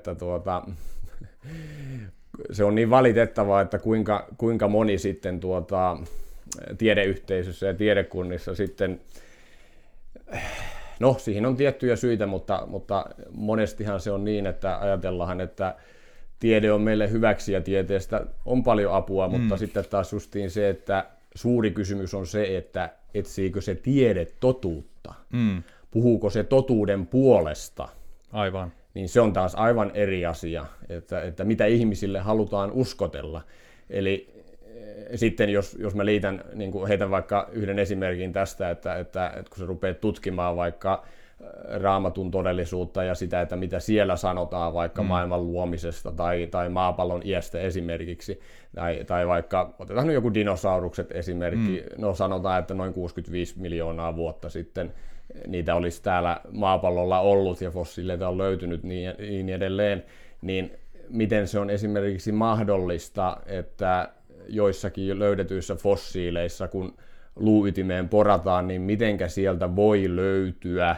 se on niin valitettavaa, että kuinka moni sitten tiedeyhteisössä ja tiedekunnissa sitten, no siihen on tiettyjä syitä, mutta monestihan se on niin, että ajatellaan, että tiede on meille hyväksi ja tieteestä on paljon apua, mutta sitten taas justiin se, että suuri kysymys on se, että etsiikö se tiede totuutta, puhuuko se totuuden puolesta. Aivan. Niin se on taas aivan eri asia, että mitä ihmisille halutaan uskotella. Eli sitten jos mä niin kuin heitän vaikka yhden esimerkin tästä, että kun sä rupeat tutkimaan vaikka Raamatun todellisuutta ja sitä, että mitä siellä sanotaan vaikka maailman luomisesta tai maapallon iästä esimerkiksi, tai vaikka otetaan nyt joku dinosaurukset esimerkki, no sanotaan, että noin 65 miljoonaa vuotta sitten niitä olisi täällä maapallolla ollut ja fossiileita on löytynyt niin edelleen, niin miten se on esimerkiksi mahdollista, että joissakin löydetyissä fossiileissa, kun luuytimeen porataan, niin mitenkä sieltä voi löytyä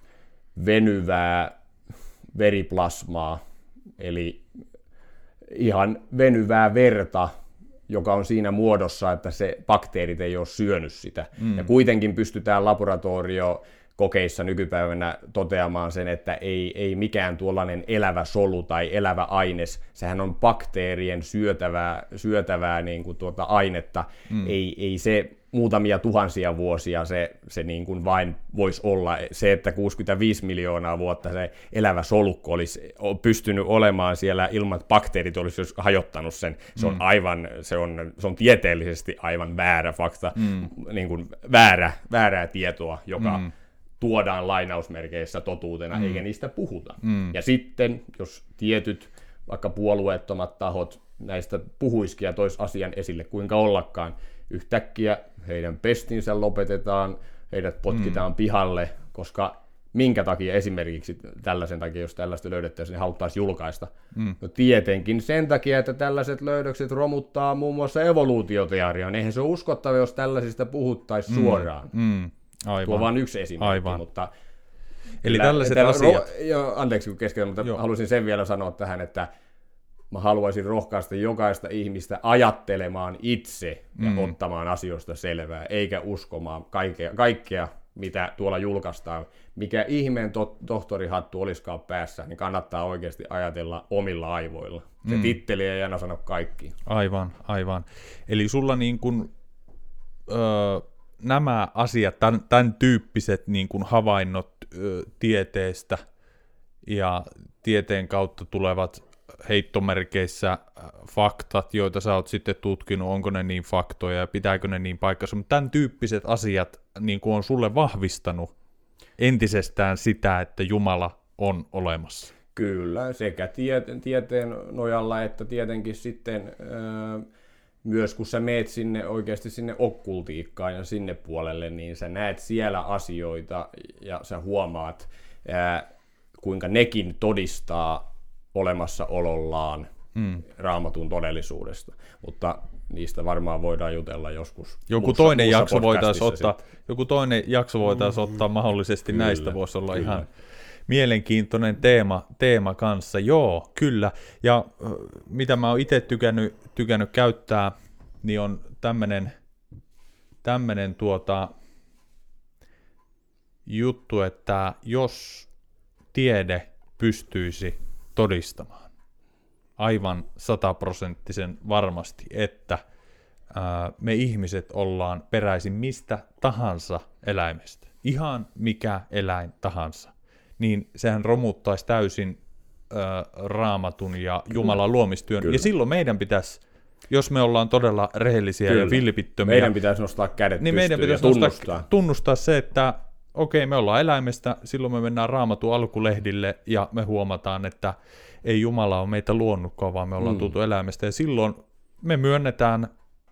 venyvää veriplasmaa, eli ihan venyvää verta, joka on siinä muodossa, että se bakteerit ei ole syönyt sitä. Ja kuitenkin pystytään laboratoriokokeissa nykypäivänä toteamaan sen, että ei mikään tuollainen elävä solu tai elävä aines, sehän on bakteerien syötävää niin kuin ainetta, ei se muutamia tuhansia vuosia se niin kuin vain voisi olla. Se, että 65 miljoonaa vuotta se elävä solukko olisi pystynyt olemaan siellä ilman, että bakteerit olisi hajottanut sen, se on tieteellisesti aivan väärä fakta, niin kuin väärää tietoa, joka tuodaan lainausmerkeissä totuutena, eikä niistä puhuta. Ja sitten, jos tietyt, vaikka puolueettomat tahot näistä puhuisikin ja tois asian esille, kuinka ollakaan, yhtäkkiä heidän pestinsä lopetetaan, heidät potkitaan pihalle, koska minkä takia esimerkiksi tällaisen takia, jos tällaista löydettäisiin, niin haluttaisiin julkaista. No tietenkin sen takia, että tällaiset löydökset romuttaa muun muassa evoluutioteoriaa. Eihän se ole uskottava, jos tällaisista puhuttaisiin suoraan. Aivan. Tuo on vain yksi esimerkki, Aivan. mutta Eli tällaiset asiat. Anteeksi kun keskellä, mutta halusin sen vielä sanoa tähän, että mä haluaisin rohkaista jokaista ihmistä ajattelemaan itse ja ottamaan asioista selvää, eikä uskomaan kaikkea mitä tuolla julkaistaan. Mikä ihmeen tohtorihattu olisikaan päässä, niin kannattaa oikeasti ajatella omilla aivoilla. Se titteli ei aina sano kaikki. Aivan. Eli sulla niin kuin, nämä asiat, tämän tyyppiset niin kuin havainnot tieteestä ja tieteen kautta tulevat heittomerkeissä faktat, joita sä oot sitten tutkinut, onko ne niin faktoja ja pitääkö ne niin paikkansa, mutta tämän tyyppiset asiat niin kuin on sulle vahvistanut entisestään sitä, että Jumala on olemassa. Kyllä, sekä tieteen nojalla että tietenkin sitten myös kun sä meet oikeasti sinne okkultiikkaan ja sinne puolelle, niin sä näet siellä asioita ja sä huomaat, kuinka nekin todistaa olemassaolollaan Raamatun todellisuudesta. Mutta niistä varmaan voidaan jutella joskus. Joku toinen jakso voitaisiin ottaa mahdollisesti. Kyllä, näistä voisi olla ihan mielenkiintoinen teema kanssa. Joo, kyllä. Ja mitä mä oon itse tykännyt käyttää, niin on tämmönen juttu, että jos tiede pystyisi todistamaan aivan 100% varmasti, että me ihmiset ollaan peräisin mistä tahansa eläimestä, ihan mikä eläin tahansa, niin sehän romuttaisi täysin Raamatun ja Jumalan luomistyön. Kyllä. Ja silloin meidän pitäisi, jos me ollaan todella rehellisiä ja vilpittömiä, meidän pitäisi nostaa kädet niin meidän pitäisi tunnustaa se, että okei, me ollaan eläimestä, silloin me mennään Raamatun alkulehdille ja me huomataan, että ei Jumala ole meitä luonnutkaan, vaan me ollaan tultu eläimestä. Ja silloin me myönnetään,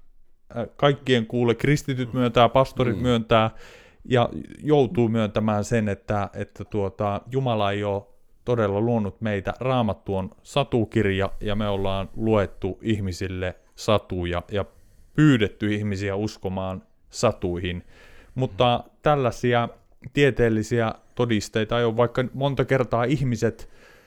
kaikkien kristityt myöntää, pastorit myöntää ja joutuu myöntämään sen, että Jumala ei ole todella luonut meitä. Raamattu on satukirja ja me ollaan luettu ihmisille satuja ja pyydetty ihmisiä uskomaan satuihin. Mutta tällaisia tieteellisiä todisteita ei ole, vaikka monta kertaa ihmiset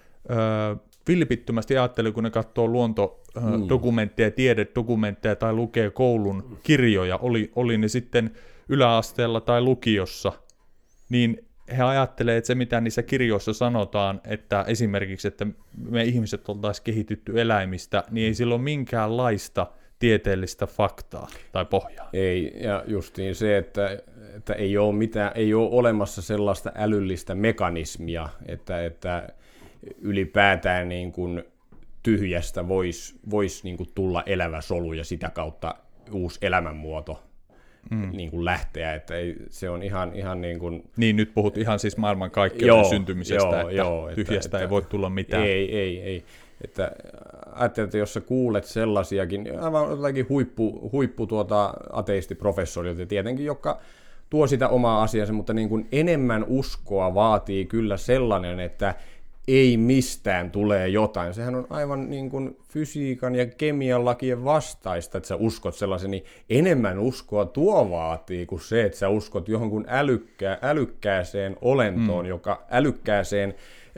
vilpittömästi ajattelee, kun ne katsoo luontodokumentteja, tiededokumentteja tai lukee koulun kirjoja, oli ne sitten yläasteella tai lukiossa, niin he ajattelee, että se mitä niissä kirjoissa sanotaan, että esimerkiksi, että me ihmiset oltaisiin kehitytty eläimistä, niin ei sillä ole minkäänlaista tieteellistä faktaa tai pohjaa. Ei, ja justiin se, että ei ole olemassa sellaista älyllistä mekanismia, että ylipäätään niin kuin tyhjästä voisi niin kuin tulla elävä solu ja sitä kautta uusi elämänmuoto niin kuin lähteä, että se on ihan niin kuin... Niin, nyt puhut ihan siis maailmankaikkeuden syntymisestä, tyhjästä ei voi tulla mitään. Ei. Että ajattelin, että jos sä kuulet sellaisiakin, aivan jotakin huippu ateistiprofessorilta tietenkin, jotka tuo sitä omaa asiansa, mutta niin kuin enemmän uskoa vaatii kyllä sellainen, että ei mistään tulee jotain. Sehän on aivan niin kuin fysiikan ja kemian lakien vastaista, että sä uskot sellaisen, niin enemmän uskoa tuo vaatii kuin se, että sä uskot johonkin älykkääseen olentoon, joka älykkääseen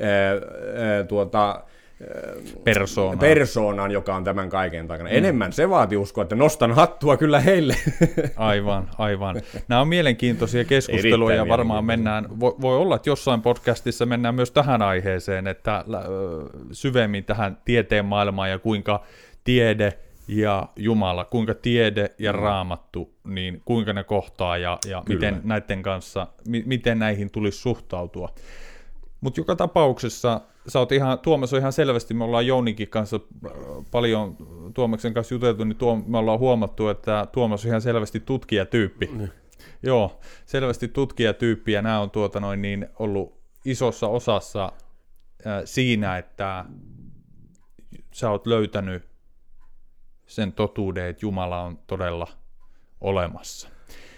persoonan, joka on tämän kaiken takana. Enemmän se vaatii uskoa, että nostan hattua kyllä heille. Aivan. Nämä on mielenkiintoisia keskusteluja ja varmaan mennään, voi olla, että jossain podcastissa mennään myös tähän aiheeseen, että syvemmin tähän tieteen maailmaan ja kuinka tiede ja Jumala, kuinka tiede ja Raamattu, niin kuinka ne kohtaa ja miten näiden kanssa, miten näihin tulisi suhtautua. Mutta joka tapauksessa sä oot Tuomas on ihan selvästi, me ollaan Jounikin kanssa paljon Tuomaksen kanssa juteltu, niin me ollaan huomattu, että Tuomas on ihan selvästi tutkijatyyppi. Joo, selvästi tutkijatyyppi ja nämä on ollut isossa osassa siinä, että sä oot löytänyt sen totuuden, että Jumala on todella olemassa.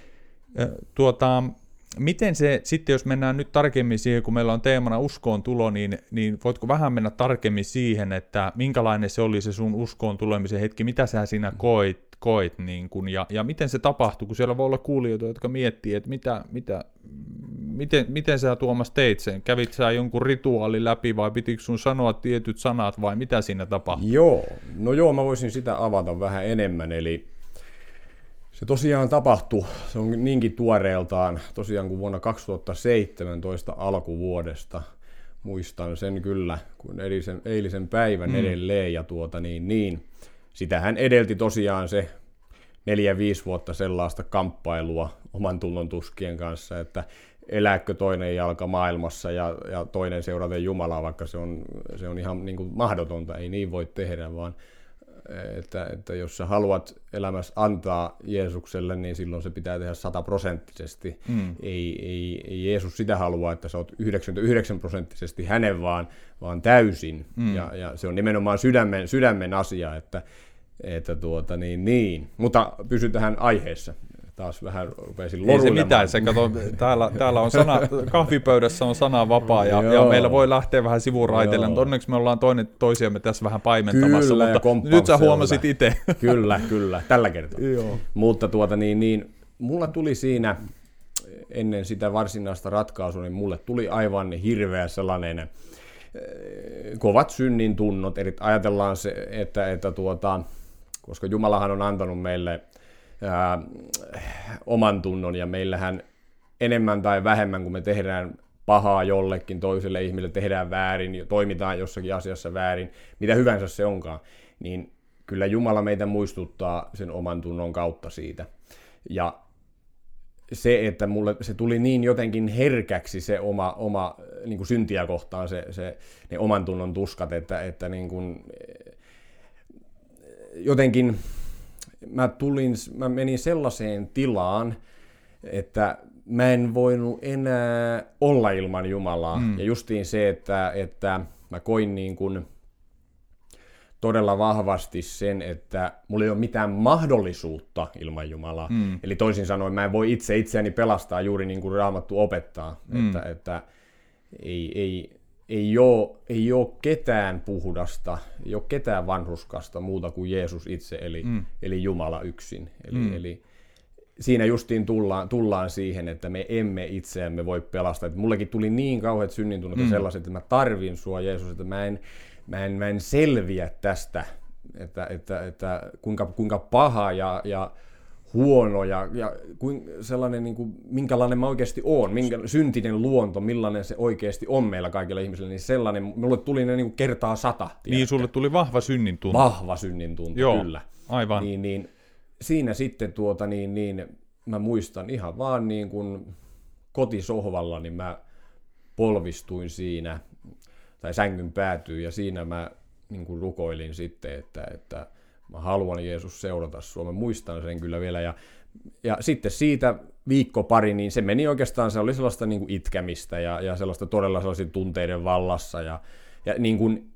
Miten se sitten, jos mennään nyt tarkemmin siihen, kun meillä on teemana uskoon tulo, niin voitko vähän mennä tarkemmin siihen, että minkälainen se oli se sun uskoon tulemisen hetki, mitä sä siinä koit niin kun, ja miten se tapahtui, kun siellä voi olla kuulijoita, jotka miettii, että miten sä Tuomas teit sen? Kävit sä jonkun rituaalin läpi vai pitikö sun sanoa tietyt sanat vai mitä siinä tapahtui? Joo, mä voisin sitä avata vähän enemmän, eli se tosiaan tapahtui, se on niinkin tuoreeltaan, tosiaan kuin vuonna 2017 alkuvuodesta, muistan sen kyllä, kun eilisen päivän edelleen, ja sitähän edelti tosiaan se 4-5 vuotta sellaista kamppailua oman tunnon tuskien kanssa, että elääkö toinen jalka maailmassa ja toinen seurata Jumalaa, vaikka se on ihan niin kuin mahdotonta, ei niin voi tehdä, vaan että jos sä haluat elämässä antaa Jeesukselle, niin silloin se pitää tehdä 100%. Ei Jeesus sitä halua, että sä oot 99% hänen, vaan täysin. Ja se on nimenomaan sydämen asia, että Mutta pysytään aiheessa. Taas vähän rupesin loruilemaan. Ei se mitään, se kato, täällä on kahvipöydässä on sana vapaa ja meillä voi lähteä vähän sivuraiteille, mutta onneksi me ollaan toisiamme tässä vähän paimentamassa, kyllä, mutta nyt sä huomasit itse. Kyllä, tällä kertaa. Joo. Mutta mulla tuli siinä ennen sitä varsinaista ratkaisua, niin mulle tuli aivan hirveä sellainen kovat synnin tunnot. Ajatellaan se, että koska Jumalahan on antanut meille oman tunnon, ja meillähän enemmän tai vähemmän, kun me tehdään pahaa jollekin toiselle ihmiselle, tehdään väärin, toimitaan jossakin asiassa väärin, mitä hyvänsä se onkaan, niin kyllä Jumala meitä muistuttaa sen oman tunnon kautta siitä. Ja se, että mulle se tuli niin jotenkin herkäksi se oma niin kuin syntiä kohtaan, ne oman tunnon tuskat, että niin kuin, jotenkin mä menin sellaiseen tilaan, että mä en voinut enää olla ilman Jumalaa. Ja justiin se, että mä koin niin kuin todella vahvasti sen, että mulla ei ole mitään mahdollisuutta ilman Jumalaa. Eli toisin sanoen mä en voi itseäni pelastaa juuri niin kuin Raamattu opettaa. Että ei ole ketään puhdasta, ei ole ketään vanhurskasta muuta kuin Jeesus itse, eli Jumala yksin. Eli siinä justiin tullaan siihen, että me emme itseämme voi pelastaa. Että mullekin tuli niin kauheat synnintunnot ja sellaiset, että mä tarvin sua, Jeesus, että mä en selviä tästä, että kuinka paha ja huono ja sellainen, niin kuin, minkälainen mä oikeasti oon, syntinen luonto, millainen se oikeasti on meillä kaikilla ihmisillä, niin sellainen, mulle tuli ne niin kuin kertaa 100. Tiedätkö? Niin, sulle tuli vahva synnintunto. Vahva synnintunto, joo, kyllä. Aivan. Niin, siinä sitten mä muistan ihan vaan niin kuin kotisohvalla, niin mä polvistuin siinä, tai sängyn päätyy, ja siinä mä niin kuin rukoilin sitten, että mä haluan Jeesus seurata sua, mä muistan sen kyllä vielä, ja sitten siitä viikko pari, niin se meni oikeastaan, se oli sellaista niin kuin itkämistä, ja sellaista todella sellaisia tunteiden vallassa, ja niin kuin,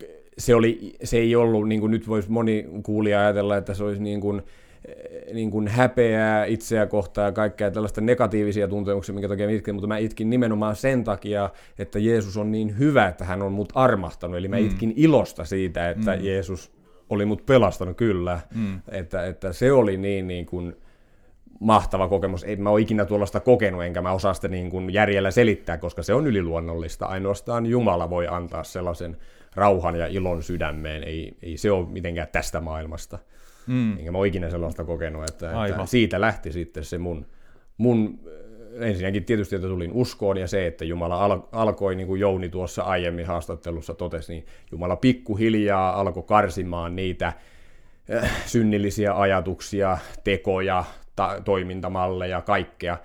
se ei ollut, niin kuin nyt voisi moni kuulija ajatella, että se olisi niin kuin häpeää itseä kohtaan ja kaikkea tällaista negatiivisia tuntemuksia, minkä takia mä itkin, mutta mä itkin nimenomaan sen takia, että Jeesus on niin hyvä, että hän on mut armahtanut, eli mä itkin ilosta siitä, että Jeesus oli mut pelastanut, kyllä, että se oli niin kuin mahtava kokemus. Ei mä ole ikinä tuollaista kokenut, enkä mä osaa sitä niin kuin järjellä selittää, koska se on yliluonnollista. Ainoastaan Jumala voi antaa sellaisen rauhan ja ilon sydämeen. Ei se ole mitenkään tästä maailmasta. Enkä mä ole ikinä sellaista kokenut, että siitä lähti sitten se mun ensinnäkin tietysti, että tulin uskoon, ja se, että Jumala alkoi, niin kuin Jouni tuossa aiemmin haastattelussa totesi, niin Jumala pikkuhiljaa alkoi karsimaan niitä synnillisiä ajatuksia, tekoja, toimintamalleja, kaikkea,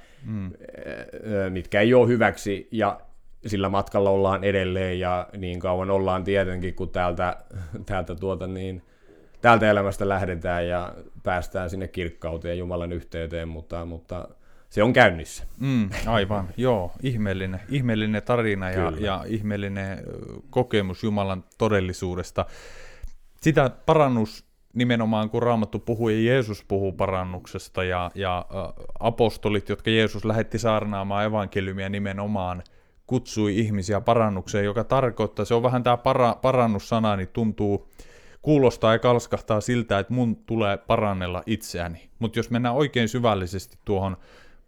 mitkä ei ole hyväksi, ja sillä matkalla ollaan edelleen, ja niin kauan ollaan tietenkin, kun täältä elämästä lähdetään ja päästään sinne kirkkauteen Jumalan yhteyteen, mutta se on käynnissä. Aivan, joo. Ihmeellinen tarina ja ihmeellinen kokemus Jumalan todellisuudesta. Sitä parannus nimenomaan, kun Raamattu puhuu ja Jeesus puhuu parannuksesta ja apostolit, jotka Jeesus lähetti saarnaamaan evankeliumia nimenomaan, kutsui ihmisiä parannukseen, joka tarkoittaa, se on vähän tämä parannussana, niin kuulostaa ja kalskahtaa siltä, että mun tulee parannella itseäni. Mutta jos mennään oikein syvällisesti tuohon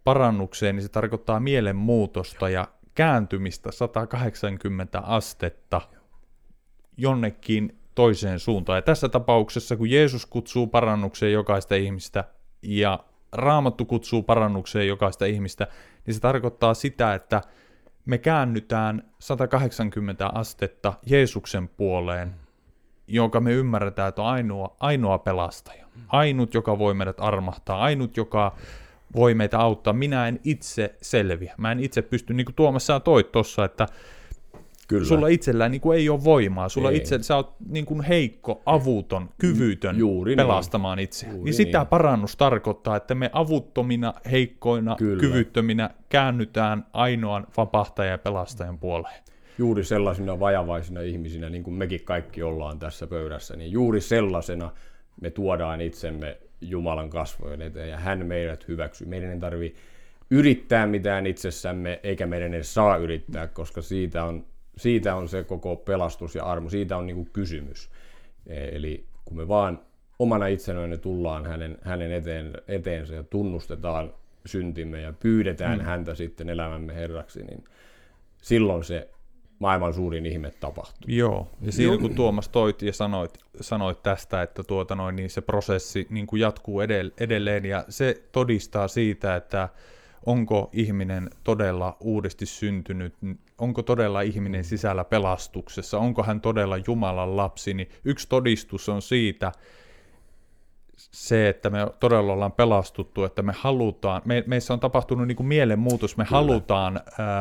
parannukseen, niin se tarkoittaa mielenmuutosta ja kääntymistä 180 astetta jonnekin toiseen suuntaan. Ja tässä tapauksessa, kun Jeesus kutsuu parannukseen jokaista ihmistä ja Raamattu kutsuu parannukseen jokaista ihmistä, niin se tarkoittaa sitä, että me käännytään 180 astetta Jeesuksen puoleen, jonka me ymmärretään, että on ainoa pelastaja. Ainut, joka voi meidät armahtaa, ainut, joka voi meitä auttaa. Minä en itse selviä. Mä en itse pysty, niin kuin Tuomas sä toit tuossa, että kyllä. Sulla itsellään niin kuin ei ole voimaa. Sulla itse, sä oot niin kuin heikko, avuton, kyvytön pelastamaan itse. Niin sitä parannus tarkoittaa, että me avuttomina, heikkoina, kyvyttöminä käännytään ainoan vapahtajan ja pelastajan puoleen. Juuri sellaisina vajavaisina ihmisinä, niin kuin mekin kaikki ollaan tässä pöydässä, niin juuri sellaisena me tuodaan itsemme Jumalan kasvojen eteen ja hän meidät hyväksyy. Meidän ei tarvitse yrittää mitään itsessämme, eikä meidän edes saa yrittää, koska siitä on se koko pelastus ja armo, siitä on niinku kysymys. Eli kun me vaan omana itsenämme tullaan hänen eteensä ja tunnustetaan syntimme ja pyydetään häntä sitten elämämme herraksi, niin silloin se maailman suurin ihme tapahtuu. Joo, ja siinä kun Tuomas toit ja sanoit tästä, että niin se prosessi niin kuin jatkuu edelleen, ja se todistaa siitä, että onko ihminen todella uudesti syntynyt, onko todella ihminen sisällä pelastuksessa, onko hän todella Jumalan lapsi, niin yksi todistus on siitä se, että me todella ollaan pelastuttu, että me halutaan, meissä on tapahtunut niin kuin mielenmuutos, me halutaan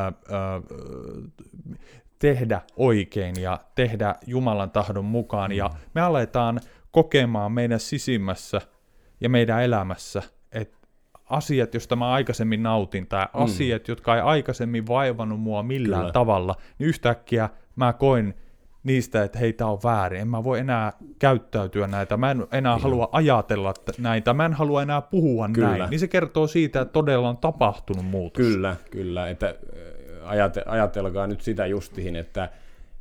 tehdä oikein ja tehdä Jumalan tahdon mukaan, ja me aletaan kokemaan meidän sisimmässä ja meidän elämässä, että asiat, joista mä aikaisemmin nautin, tai asiat, jotka ei aikaisemmin vaivannut mua millään tavalla, niin yhtäkkiä mä koin niistä, että hei, tää on väärin, en mä voi enää käyttäytyä näitä, mä en enää halua ajatella näitä, mä en halua enää puhua näin, niin se kertoo siitä, että todella on tapahtunut muutos. Kyllä, että ajatelkaa nyt sitä justiin, että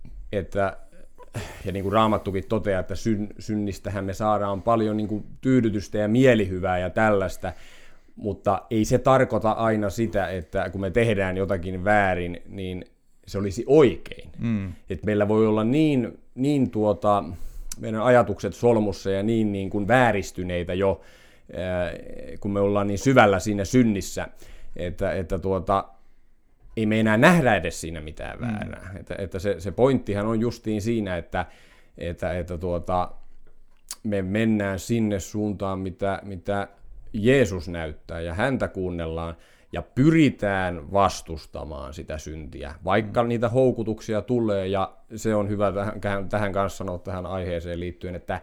ja niin kuin Raamattukin toteaa, että synnistähän me saadaan paljon niin kuin tyydytystä ja mielihyvää ja tällaista, mutta ei se tarkoita aina sitä, että kun me tehdään jotakin väärin, niin se olisi oikein. Että meillä voi olla niin meidän ajatukset solmussa ja niin kuin vääristyneitä jo, kun me ollaan niin syvällä siinä synnissä, että ei me enää nähdä edes siinä mitään väärää. Että se pointtihan on justiin siinä, että me mennään sinne suuntaan, mitä Jeesus näyttää, ja häntä kuunnellaan, ja pyritään vastustamaan sitä syntiä, vaikka niitä houkutuksia tulee, ja se on hyvä tähän kanssa sanoa tähän aiheeseen liittyen, että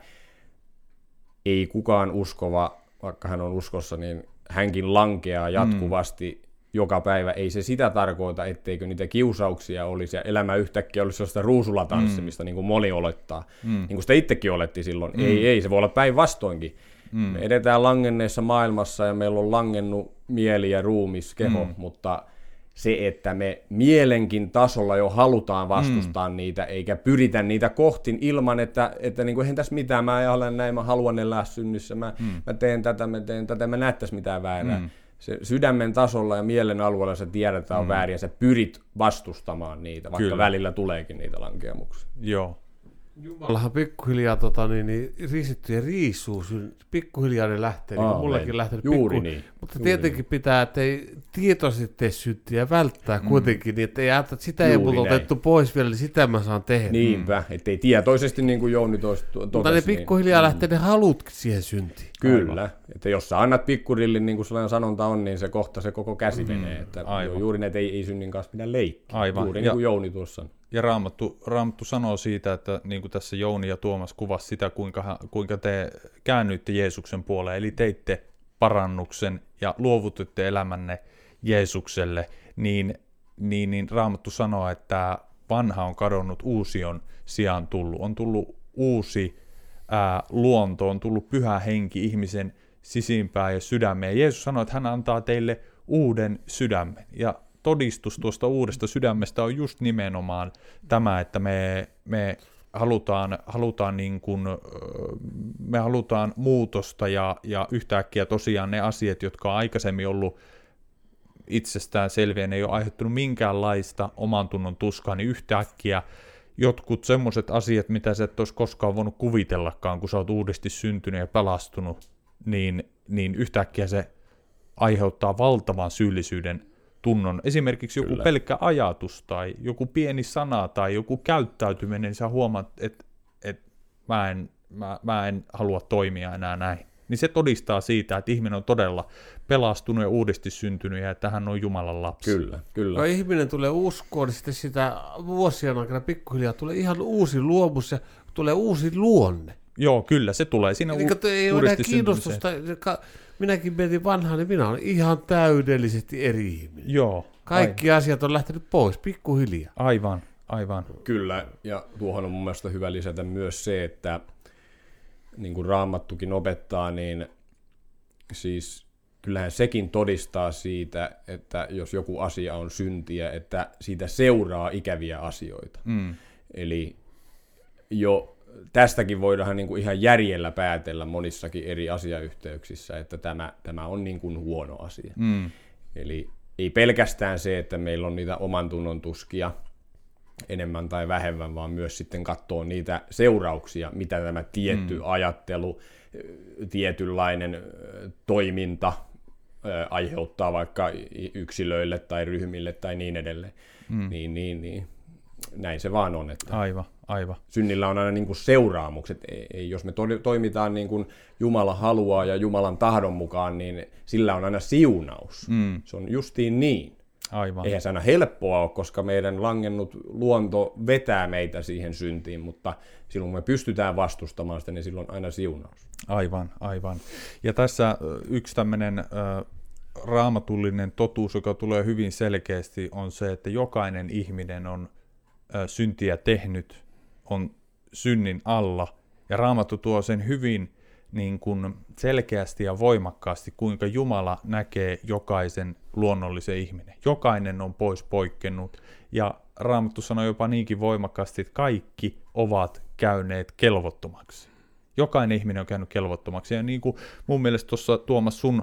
ei kukaan uskova, vaikka hän on uskossa, niin hänkin lankeaa jatkuvasti joka päivä. Ei se sitä tarkoita, etteikö niitä kiusauksia olisi, ja elämä yhtäkkiä olisi sellaista ruusulatanssimista, niin kuin moni olettaa, niin kuin sitä itsekin oletti silloin. Ei, se voi olla päinvastoinkin. Me edetään langenneessa maailmassa ja meillä on langennut mieli ja ruumis, keho, mutta se, että me mielenkin tasolla jo halutaan vastustaa niitä, eikä pyritä niitä kohti ilman, että niin kuin, eihän tässä mitään, mä olen näin, mä haluan elää synnissä, mä teen tätä, mä näyttäisi mitään väärää. Se sydämen tasolla ja mielen alueella sä tiedät, että on väärin, ja sä pyrit vastustamaan niitä, vaikka välillä tuleekin niitä lankeamuksia. Joo. Jumalahan pikkuhiljaa riisitty ja riisuu, pikkuhiljaa ne lähtee, niin kuin mullekin lähtee. Juuri niin. Mutta tietenkin pitää, ettei tietoisesti tee syntiä välttää kuitenkin, niin ettei ajatella, että sitä ei mulla otettu pois vielä, niin sitä mä saan tehdä. Niinpä, ettei tietoisesti, niin kuin Jouni totesi. Mutta ne pikkuhiljaa lähtee ne halutkin siihen syntiin. Kyllä, että jos sä annat pikkurillin, niin kuin sellainen sanonta on, niin se kohta se koko käsi menee. Että juuri näitä ei synnin kanssa pidä leikkiä. Aivan. Juuri niin kuin Jouni tuossa sanoi. Ja Raamattu sanoo siitä, että niin kuin tässä Jouni ja Tuomas kuvasi sitä, kuinka te käännyitte Jeesuksen puoleen, eli teitte parannuksen ja luovutitte elämänne Jeesukselle, niin Raamattu sanoo, että vanha on kadonnut, uusi on sijaan tullut. On tullut uusi luonto, on tullut pyhä henki ihmisen sisimpään ja sydämeen. Jeesus sanoi, että hän antaa teille uuden sydämen. Ja todistus tuosta uudesta sydämestä on just nimenomaan tämä, että me halutaan niin kuin, me halutaan muutosta ja yhtäkkiä tosiaan ne asiat, jotka on aikaisemmin ollut itsestään selviä, ne ei ole aiheuttanut minkäänlaista oman tunnon tuskaa, niin yhtäkkiä jotkut semmoiset asiat, mitä sä et olisi koskaan voinut kuvitellakaan, kun sä oot uudesti syntynyt ja pelastunut, niin yhtäkkiä se aiheuttaa valtavan syyllisyyden tunnon. Esimerkiksi joku pelkkä ajatus tai joku pieni sana tai joku käyttäytyminen, niin sä huomaat, että mä en halua toimia enää näin. Niin se todistaa siitä, että ihminen on todella pelastunut ja uudesti syntynyt ja että hän on Jumalan lapsi. Kyllä. Kun ihminen tulee uskoon, niin sitten sitä vuosien aikana pikkuhiljaa tulee ihan uusi luomus ja tulee uusi luonne. Joo, kyllä, se tulee siinä ei ole enää kiinnostusta. Minäkin mietin vanhaan, niin minä olen ihan täydellisesti eri ihminen. Joo. Kaikki asiat on lähtenyt pois, pikkuhiljaa. Aivan. Kyllä, ja tuohon on mun mielestä hyvä lisätä myös se, että niin kuin Raamattukin opettaa, niin siis kyllähän sekin todistaa siitä, että jos joku asia on syntiä, että siitä seuraa ikäviä asioita. Eli jo tästäkin voidaan niin kuin ihan järjellä päätellä monissakin eri asiayhteyksissä, että tämä on niin kuin huono asia. Eli ei pelkästään se, että meillä on niitä oman tunnon tuskia enemmän tai vähemmän, vaan myös sitten katsoo niitä seurauksia, mitä tämä tietty ajattelu, tietynlainen toiminta aiheuttaa vaikka yksilöille tai ryhmille tai niin edelleen. Niin. Näin se vaan on. Että aivan. Synnillä on aina niin kuin seuraamukset. Jos me toimitaan niin kuin Jumala haluaa ja Jumalan tahdon mukaan, niin sillä on aina siunaus. Se on justiin niin. Aivan. Eihän se aina helppoa ole, koska meidän langennut luonto vetää meitä siihen syntiin, mutta silloin kun me pystytään vastustamaan sitä, niin silloin on aina siunaus. Aivan. Ja tässä yksi tämmöinen raamatullinen totuus, joka tulee hyvin selkeästi, on se, että jokainen ihminen on syntiä tehnyt, on synnin alla, ja Raamattu tuo sen hyvin niin kuin selkeästi ja voimakkaasti, kuinka Jumala näkee jokaisen luonnollisen ihminen. Jokainen on pois poikennut, ja Raamattu sanoo jopa niinkin voimakkaasti, että kaikki ovat käyneet kelvottomaksi. Jokainen ihminen on käynyt kelvottomaksi, ja niin kuin mun mielestä tuossa Tuomas sun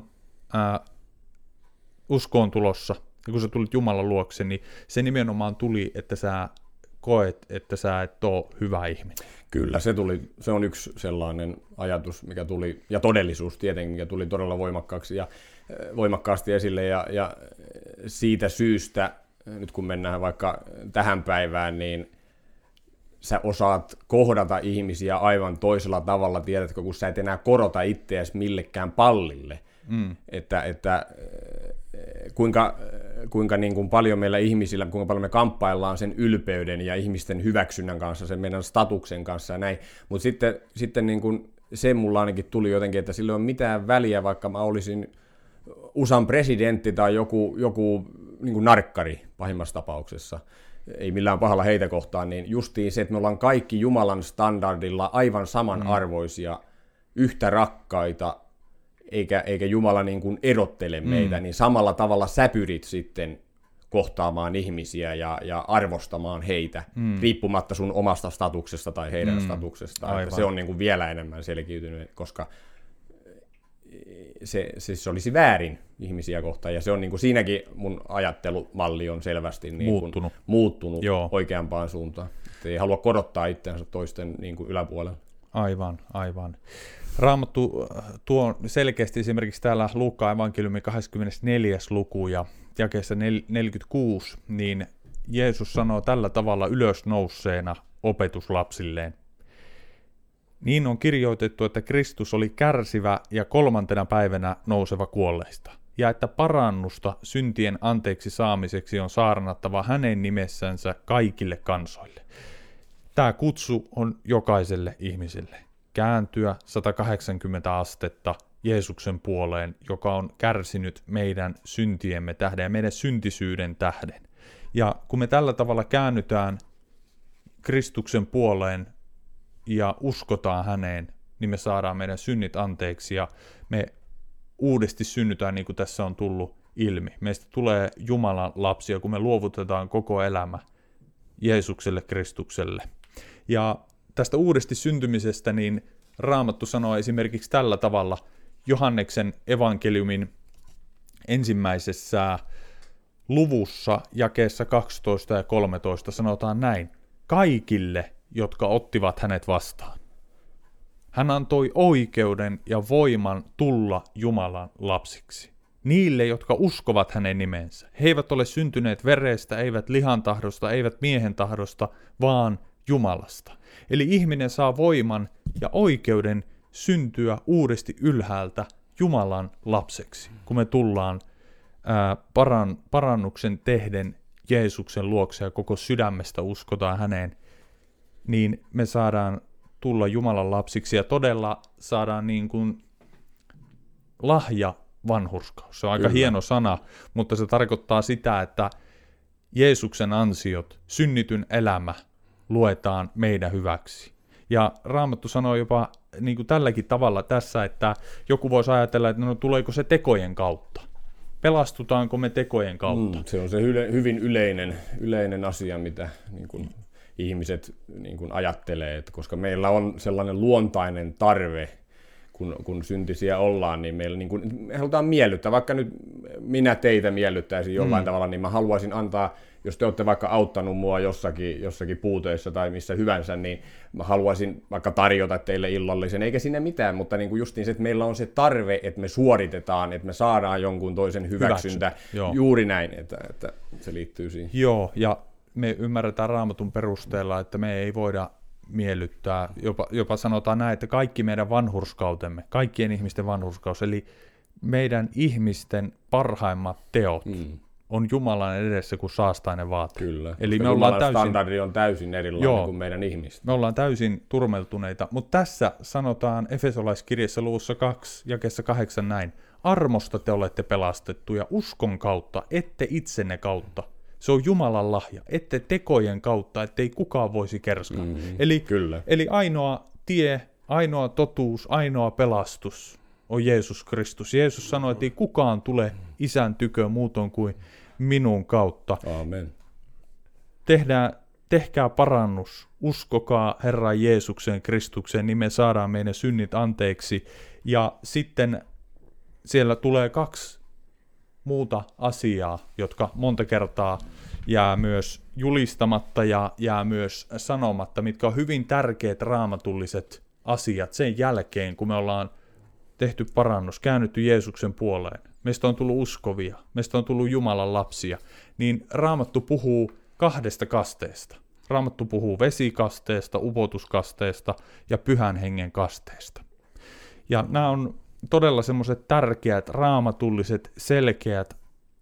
uskoon tulossa, ja kun sä tulit Jumalan luokse, niin se nimenomaan tuli, että sä koet, että sä et ole hyvä ihminen. Kyllä, se on yksi sellainen ajatus, mikä tuli, ja todellisuus tietenkin, mikä tuli todella voimakkaasti esille, ja siitä syystä, nyt kun mennään vaikka tähän päivään, niin sä osaat kohdata ihmisiä aivan toisella tavalla, tiedätkö, kun sä et enää korota itseäsi millekään pallille. Että kuinka niin kuin paljon meillä ihmisillä, kuinka paljon me kamppaillaan sen ylpeyden ja ihmisten hyväksynnän kanssa, sen meidän statuksen kanssa ja näin. Mutta sitten niin kuin se mulla ainakin tuli jotenkin, että sillä ei ole mitään väliä, vaikka mä olisin USAn presidentti tai joku niin kuin narkkari pahimmassa tapauksessa. Ei millään pahalla heitä kohtaan, niin justiin se, että me ollaan kaikki Jumalan standardilla aivan samanarvoisia, yhtä rakkaita, eikä Jumala niin kuin erottele meitä, niin samalla tavalla sä pyrit sitten kohtaamaan ihmisiä ja arvostamaan heitä, riippumatta sun omasta statuksesta tai heidän statuksestaan. Se on niin kuin vielä enemmän selkiytynyt, koska se olisi väärin ihmisiä kohtaan, ja se on niin kuin siinäkin mun ajattelumalli on selvästi niin kuin muuttunut oikeampaan suuntaan. Et ei halua korottaa itseänsä toisten niin kuin yläpuolella. Aivan. Raamattu tuo selkeästi esimerkiksi täällä Luukkaan evankeliumin 24. luku ja jakeessa 46, niin Jeesus sanoo tällä tavalla ylösnouseena opetuslapsilleen. Niin on kirjoitettu, että Kristus oli kärsivä ja 3. päivänä nouseva kuolleista, ja että parannusta syntien anteeksi saamiseksi on saarnattava hänen nimessänsä kaikille kansoille. Tämä kutsu on jokaiselle ihmiselle. Kääntyä 180 astetta Jeesuksen puoleen, joka on kärsinyt meidän syntiemme tähden ja meidän syntisyyden tähden. Ja kun me tällä tavalla käännytään Kristuksen puoleen ja uskotaan häneen, niin me saadaan meidän synnit anteeksi ja me uudesti synnytään, niin kuin tässä on tullut ilmi. Meistä tulee Jumalan lapsia, kun me luovutetaan koko elämä Jeesukselle, Kristukselle. Ja tästä uudesti syntymisestä niin Raamattu sanoo esimerkiksi tällä tavalla Johanneksen evankeliumin ensimmäisessä luvussa jakeessa 12 ja 13 sanotaan näin. Kaikille, jotka ottivat hänet vastaan. Hän antoi oikeuden ja voiman tulla Jumalan lapsiksi. Niille, jotka uskovat hänen nimensä. He eivät ole syntyneet verestä, eivät lihan tahdosta, eivät miehen tahdosta, vaan Jumalasta. Eli ihminen saa voiman ja oikeuden syntyä uudesti ylhäältä Jumalan lapseksi, kun me tullaan parannuksen tehden Jeesuksen luokse ja koko sydämestä uskotaan häneen, niin me saadaan tulla Jumalan lapsiksi ja todella saadaan niin kuin lahja vanhurskaus. Se on aika hieno sana, mutta se tarkoittaa sitä, että Jeesuksen ansiot, synnityn elämä, luetaan meidän hyväksi. Ja Raamattu sanoo jopa niin kuin tälläkin tavalla tässä, että joku voisi ajatella, että no tuleeko se tekojen kautta? Pelastutaanko me tekojen kautta? Se on se hyvin yleinen asia, mitä niin kuin ihmiset niin kuin ajattelee, että koska meillä on sellainen luontainen tarve, kun syntisiä ollaan, niin meillä niin kuin, me halutaan miellyttää. Vaikka nyt minä teitä miellyttäisin jollain tavalla, niin mä haluaisin antaa, jos te olette vaikka auttanut mua jossakin puutöissä tai missä hyvänsä, niin mä haluaisin vaikka tarjota teille illallisen, eikä sinne mitään, mutta niin kuin justiin se, että meillä on se tarve, että me suoritetaan, että me saadaan jonkun toisen hyväksyntä. Juuri näin, että se liittyy siihen. Joo, ja me ymmärretään Raamatun perusteella, että me ei voida miellyttää, jopa sanotaan näin, että kaikki meidän vanhurskautemme, kaikkien ihmisten vanhurskaus, eli meidän ihmisten parhaimmat teot on Jumalan edessä kuin saastainen vaate. Kyllä, eli me Jumalan standardi on täysin erilainen kuin meidän ihmisten. Me ollaan täysin turmeltuneita, mutta tässä sanotaan Efesolaiskirjassa luvussa 2, jakeessa 8 näin. Armosta te olette pelastettuja uskon kautta, ette itsenne kautta. Se on Jumalan lahja, ette tekojen kautta, ettei kukaan voisi kerskaa. Eli ainoa tie, ainoa totuus, ainoa pelastus on Jeesus Kristus. Jeesus sanoi, että ei kukaan tule Isän tykö muuton kuin minun kautta. Aamen. Tehkää parannus, uskokaa Herran Jeesuksen Kristukseen, niin me saadaan meidän synnit anteeksi. Ja sitten siellä tulee 2 muuta asiaa, jotka monta kertaa jää myös julistamatta ja jää myös sanomatta, mitkä on hyvin tärkeät raamatulliset asiat sen jälkeen, kun me ollaan tehty parannus, käännytty Jeesuksen puoleen. Meistä on tullut uskovia, meistä on tullut Jumalan lapsia, niin Raamattu puhuu 2 kasteesta. Raamattu puhuu vesikasteesta, upotuskasteesta ja pyhän hengen kasteesta. Ja nämä on todella semmoiset tärkeät, raamatulliset, selkeät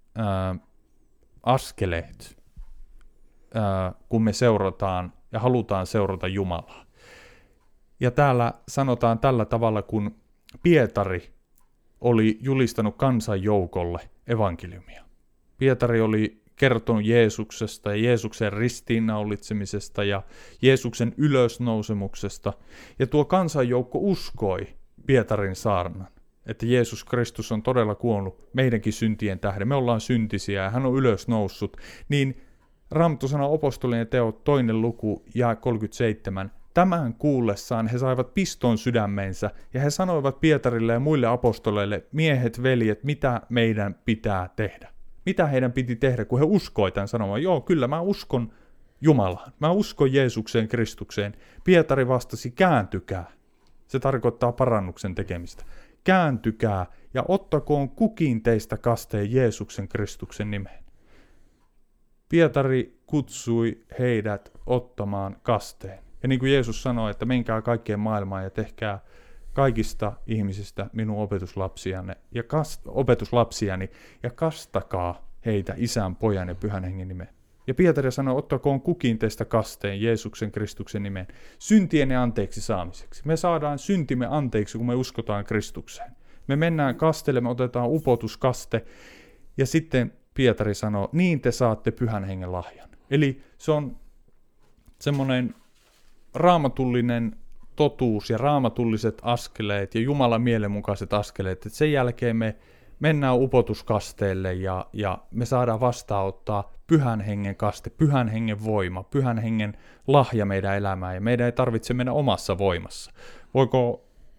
askeleet, kun me seurataan ja halutaan seurata Jumalaa. Ja täällä sanotaan tällä tavalla, kun Pietari oli julistanut kansanjoukolle evankeliumia. Pietari oli kertonut Jeesuksesta ja Jeesuksen ristiinnaulitsemisesta ja Jeesuksen ylösnousemuksesta. Ja tuo kansanjoukko uskoi Pietarin saarnan, että Jeesus Kristus on todella kuollut meidänkin syntien tähden. Me ollaan syntisiä ja hän on ylösnoussut. Niin Raamattu sanoo apostolien teot 2. luku ja 37. Tämän kuullessaan he saivat piston sydämeensä ja he sanoivat Pietarille ja muille apostoleille, miehet, veljet, mitä meidän pitää tehdä. Mitä heidän piti tehdä, kun he uskoi tämän sanomaan, joo, kyllä mä uskon Jumalaan, mä uskon Jeesukseen Kristukseen. Pietari vastasi, kääntykää. Se tarkoittaa parannuksen tekemistä. Kääntykää ja ottakoon kukin teistä kasteen Jeesuksen Kristuksen nimeen. Pietari kutsui heidät ottamaan kasteen. Ja niin kuin Jeesus sanoi, että menkää kaikkeen maailmaan ja tehkää kaikista ihmisistä minun opetuslapsiani ja kastakaa heitä Isän, Pojan ja Pyhän Hengen nimeen. Ja Pietari sanoi, ottakoon kukin teistä kasteen Jeesuksen Kristuksen nimeen syntienne anteeksi saamiseksi. Me saadaan syntimme anteeksi, kun me uskotaan Kristukseen. Me mennään kasteelle, me otetaan upotuskaste ja sitten Pietari sanoo, niin te saatte Pyhän Hengen lahjan. Eli se on semmoinen raamatullinen totuus ja raamatulliset askeleet ja Jumalan mielenmukaiset askeleet, että sen jälkeen me mennään upotuskasteelle ja me saadaan vastaanottaa Pyhän Hengen kaste, Pyhän Hengen voima, Pyhän Hengen lahja meidän elämään ja meidän ei tarvitse mennä omassa voimassa. Voiko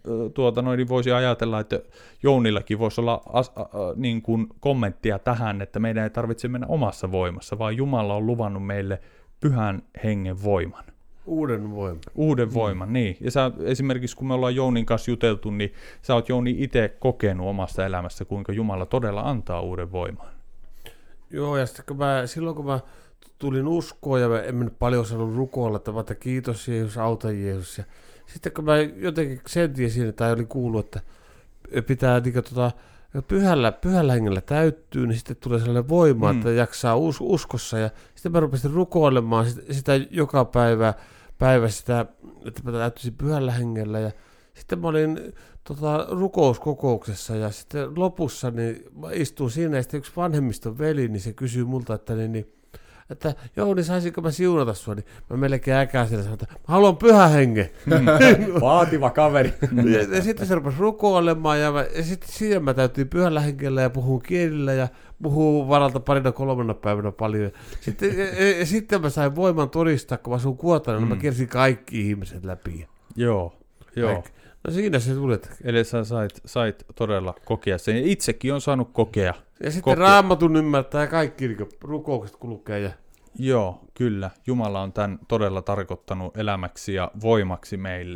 niin voisi ajatella, että Jounillakin voisi olla niin kuin kommenttia tähän, että meidän ei tarvitse mennä omassa voimassa, vaan Jumala on luvannut meille Pyhän Hengen voiman. Uuden voiman, niin. Ja sä, esimerkiksi kun me ollaan Jounin kanssa juteltu, niin sä oot Jouni itse kokenut omasta elämästä, kuinka Jumala todella antaa uuden voiman. Joo, ja sitten silloin kun mä tulin uskoon ja mä en mennyt paljon saanut rukoilla, että kiitos Jeesus, auta Jeesus. Ja sitten kun mä jotenkin sen tiesin, tai oli kuullut, että pitää pyhällä hengellä täyttyy, niin sitten tulee sellainen voima, että jaksaa uskossa. Ja sitten mä rupesin rukoilemaan sitä joka päivä sitä, että mä täyttyisin pyhällä hengellä. Ja sitten mä olin rukouskokouksessa ja sitten lopussa niin mä istuin siinä ja sitten yksi vanhemmiston veli, niin se kysyy multa, että Jouni, saisinko mä siunata sua, niin mä melkein äkäisin ja sanoin, että mä haluan pyhän hengen. Vaativa kaveri. Ja sitten se rupesi rukoilemaan ja sitten siihen mä täytyin pyhällä hengellä ja puhun kielillä ja puhun varalta 2-3 päivänä paljon. Sitten mä sain voiman todistaa, kun mä asun Kuotana, niin mä kiersin kaikki ihmiset läpi. Joo. No siinä se tuli. Eli sä sait todella kokea sen. Itsekin on saanut kokea. Ja sitten Raamatun ymmärtää ja kaikki rukoukset kulkee. Ja... Joo, kyllä. Jumala on tämän todella tarkoittanut elämäksi ja voimaksi meille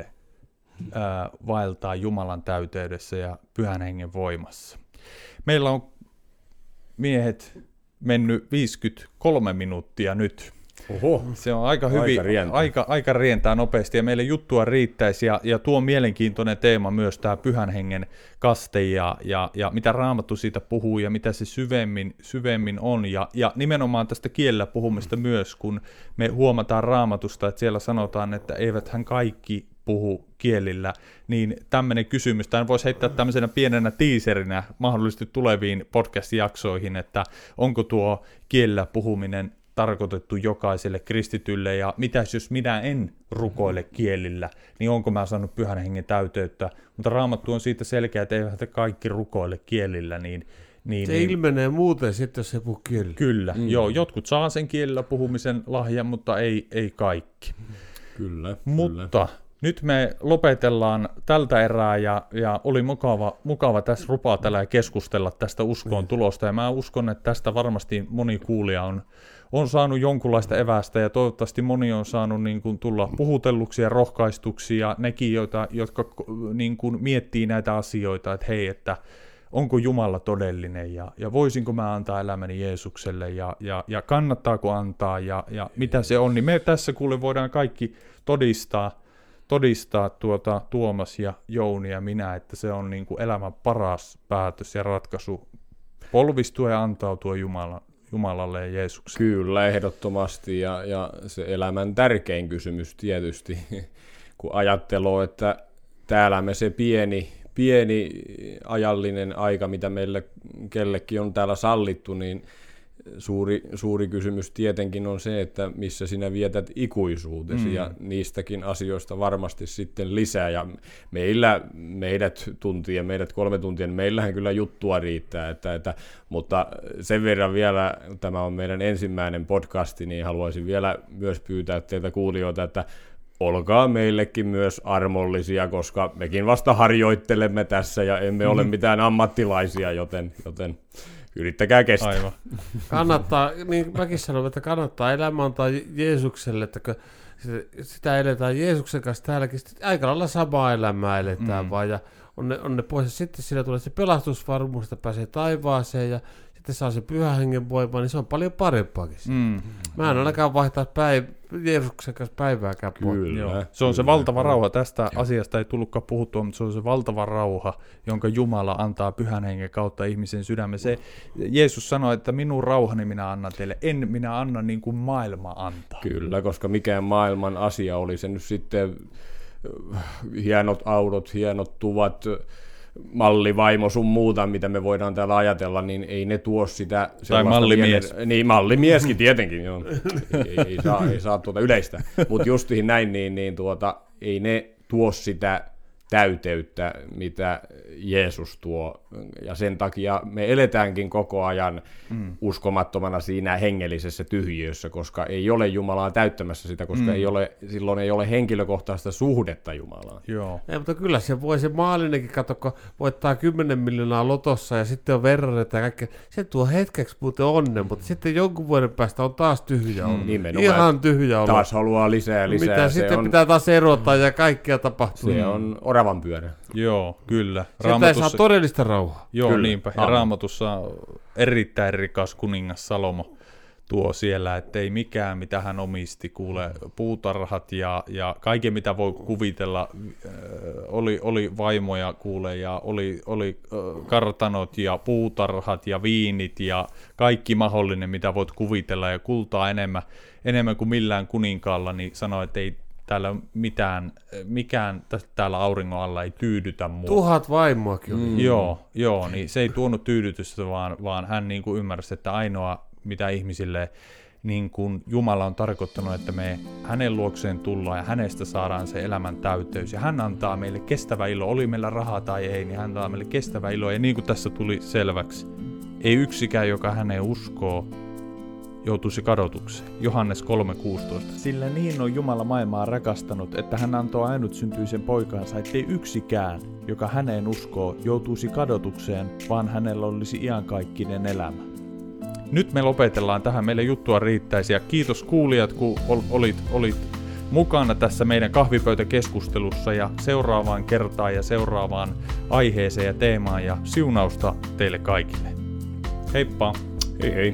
vaeltaa Jumalan täyteydessä ja Pyhän Hengen voimassa. Meillä on miehet mennyt 53 minuuttia nyt. Oho, se on aika hyvin, aika rientää nopeasti ja meille juttua riittäisi ja tuo mielenkiintoinen teema myös tämä Pyhän Hengen kaste ja mitä Raamattu siitä puhuu ja mitä se syvemmin on ja nimenomaan tästä kielellä puhumista myös, kun me huomataan Raamatusta, että siellä sanotaan, että eiväthän kaikki puhu kielillä, niin tämmöinen kysymys, tämän voisi heittää tämmöisenä pienenä tiiserinä mahdollisesti tuleviin podcast-jaksoihin, että onko tuo kielellä puhuminen tarkoitettu jokaiselle kristitylle, ja mitäs jos minä en rukoile kielillä, niin onko mä saanut Pyhän Hengen täyteyttä, mutta Raamattu on siitä selkeä, että eivät kaikki rukoile kielillä, se ilmenee muuten sitten, jos se puhuu kielillä. Kyllä, joo, jotkut saa sen kielellä puhumisen lahjan, mutta ei kaikki. Kyllä. Mutta nyt me lopetellaan tältä erää ja oli mukava tässä rupatella ja keskustella tästä uskoon tulosta, ja mä uskon, että tästä varmasti moni kuulija on saanut jonkunlaista evästä ja toivottavasti moni on saanut niin kuin tulla puhutelluksi ja rohkaistuksi ja nekin, jotka niin kuin miettii näitä asioita, että hei, että onko Jumala todellinen ja voisinko mä antaa elämäni Jeesukselle ja kannattaako antaa ja mitä se on, niin me tässä kuule voidaan kaikki todistaa Tuomas ja Jouni ja minä, että se on niin kuin elämän paras päätös ja ratkaisu polvistua ja antautua Jumalalle ja Jeesukselle. Kyllä, ehdottomasti, ja se elämän tärkein kysymys tietysti, kun ajattelee, että täällä me se pieni ajallinen aika, mitä meille kellekin on täällä sallittu, niin suuri kysymys tietenkin on se, että missä sinä vietät ikuisuutesi, ja niistäkin asioista varmasti sitten lisää, ja meidät 3 tuntia, niin meillähän kyllä juttua riittää, mutta sen verran vielä, tämä on meidän ensimmäinen podcasti, niin haluaisin vielä myös pyytää teiltä kuulijoita, että olkaa meillekin myös armollisia, koska mekin vasta harjoittelemme tässä, ja emme ole mitään ammattilaisia, joten yrittäkää kestää. Aivan. Kannattaa, niin mäkin sanon, että kannattaa elämä antaa Jeesukselle, että kun sitä eletään Jeesuksen kanssa täälläkin, aika lailla samaa elämää eletään vaan, ja on ne pois, ja sitten siinä tulee se pelastusvarmuus, että pääsee taivaaseen, ja sitten saa se Pyhän Hengen voima, niin se on paljon parempaakin. Mä en ainakaan vaihtaa Jeesuksen kanssa päivääkään pois. Kyllä. Se on se valtava rauha. Tästä asiasta ei tullutkaan puhuttua, mutta se on se valtava rauha, jonka Jumala antaa Pyhän Hengen kautta ihmisen sydämen. Jeesus sanoi, että minun rauhani minä annan teille, en minä anna niin kuin maailma antaa. Kyllä, koska mikään maailman asia oli se nyt sitten hienot autot, hienot tuvat, mallivaimo sun muuta, mitä me voidaan täällä ajatella, niin ei ne tuo sitä... Tai mallimies. Niin, mallimieskin tietenkin, joo. Ei saa yleistä. Mutta justiin näin, niin ei ne tuo sitä täyteyttä, mitä Jeesus tuo. Ja sen takia me eletäänkin koko ajan uskomattomana siinä hengellisessä tyhjiössä, koska ei ole Jumalaa täyttämässä sitä, koska silloin ei ole henkilökohtaista suhdetta Jumalaan. Joo. Ei, mutta kyllä se voi se maalinenkin, katso, kun voittaa 10 miljoonaa lotossa ja sitten on verrareita ja kaikkea. Se tuo hetkeksi muuten onnen, mutta sitten jonkun vuoden päästä on taas tyhjä olo. Ihan tyhjä olo. Taas haluaa lisää. Mitä sitten pitää taas erottaa ja kaikkea tapahtuu. Se on oravan pyörä. Joo, kyllä. Sieltä ei saa todellista rauhaa. Joo, kyllä. niinpä. Ja Raamatussa erittäin rikas kuningas Salomo tuo siellä, ettei mikään, mitä hän omisti, kuule, puutarhat ja kaiken, mitä voi kuvitella, oli vaimoja, kuule, ja oli kartanot ja puutarhat ja viinit ja kaikki mahdollinen, mitä voit kuvitella, ja kultaa enemmän kuin millään kuninkaalla, niin sanoi, että ei täällä mikään täällä auringon alla ei tyydytä mua. 1000 vaimoakin oli. Joo, niin se ei tuonut tyydytystä, vaan hän niin kuin ymmärsi, että ainoa, mitä ihmisille niin kuin Jumala on tarkoittanut, että me hänen luokseen tullaan ja hänestä saadaan se elämän täyteys. Ja hän antaa meille kestävä ilo, oli meillä rahaa tai ei, niin hän antaa meille kestävä ilo. Ja niin kuin tässä tuli selväksi, ei yksikään, joka häneen uskoo, joutuisi kadotukseen. Johannes 3:16. Sillä niin on Jumala maailmaa rakastanut, että hän antoi ainutsyntyisen poikansa, ettei yksikään, joka häneen uskoo, joutuisi kadotukseen, vaan hänellä olisi iankaikkinen elämä. Nyt me lopetellaan tähän. Meille juttua riittäisi ja kiitos kuulijat, kun olit mukana tässä meidän kahvipöytäkeskustelussa ja seuraavaan kertaan ja seuraavaan aiheeseen ja teemaan ja siunausta teille kaikille. Heippa! Hei hei!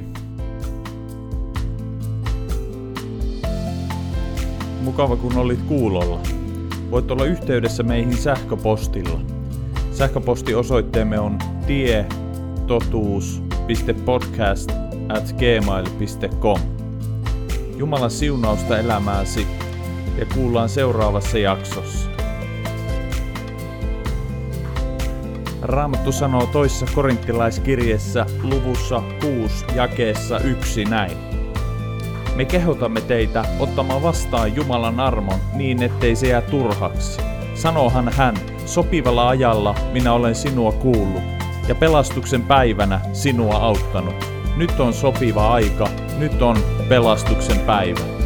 Mukava kun olit kuulolla. Voit olla yhteydessä meihin sähköpostilla. Sähköpostiosoitteemme on tietotuus.podcast@gmail.com. Jumalan siunausta elämääsi ja kuullaan seuraavassa jaksossa. Raamattu sanoo toisessa korinttilaiskirjeessä luvussa 6 jakeessa 1 näin. Me kehotamme teitä ottamaan vastaan Jumalan armon niin, ettei se jää turhaksi. Sanoohan hän, sopivalla ajalla minä olen sinua kuullut, ja pelastuksen päivänä sinua auttanut. Nyt on sopiva aika, nyt on pelastuksen päivä.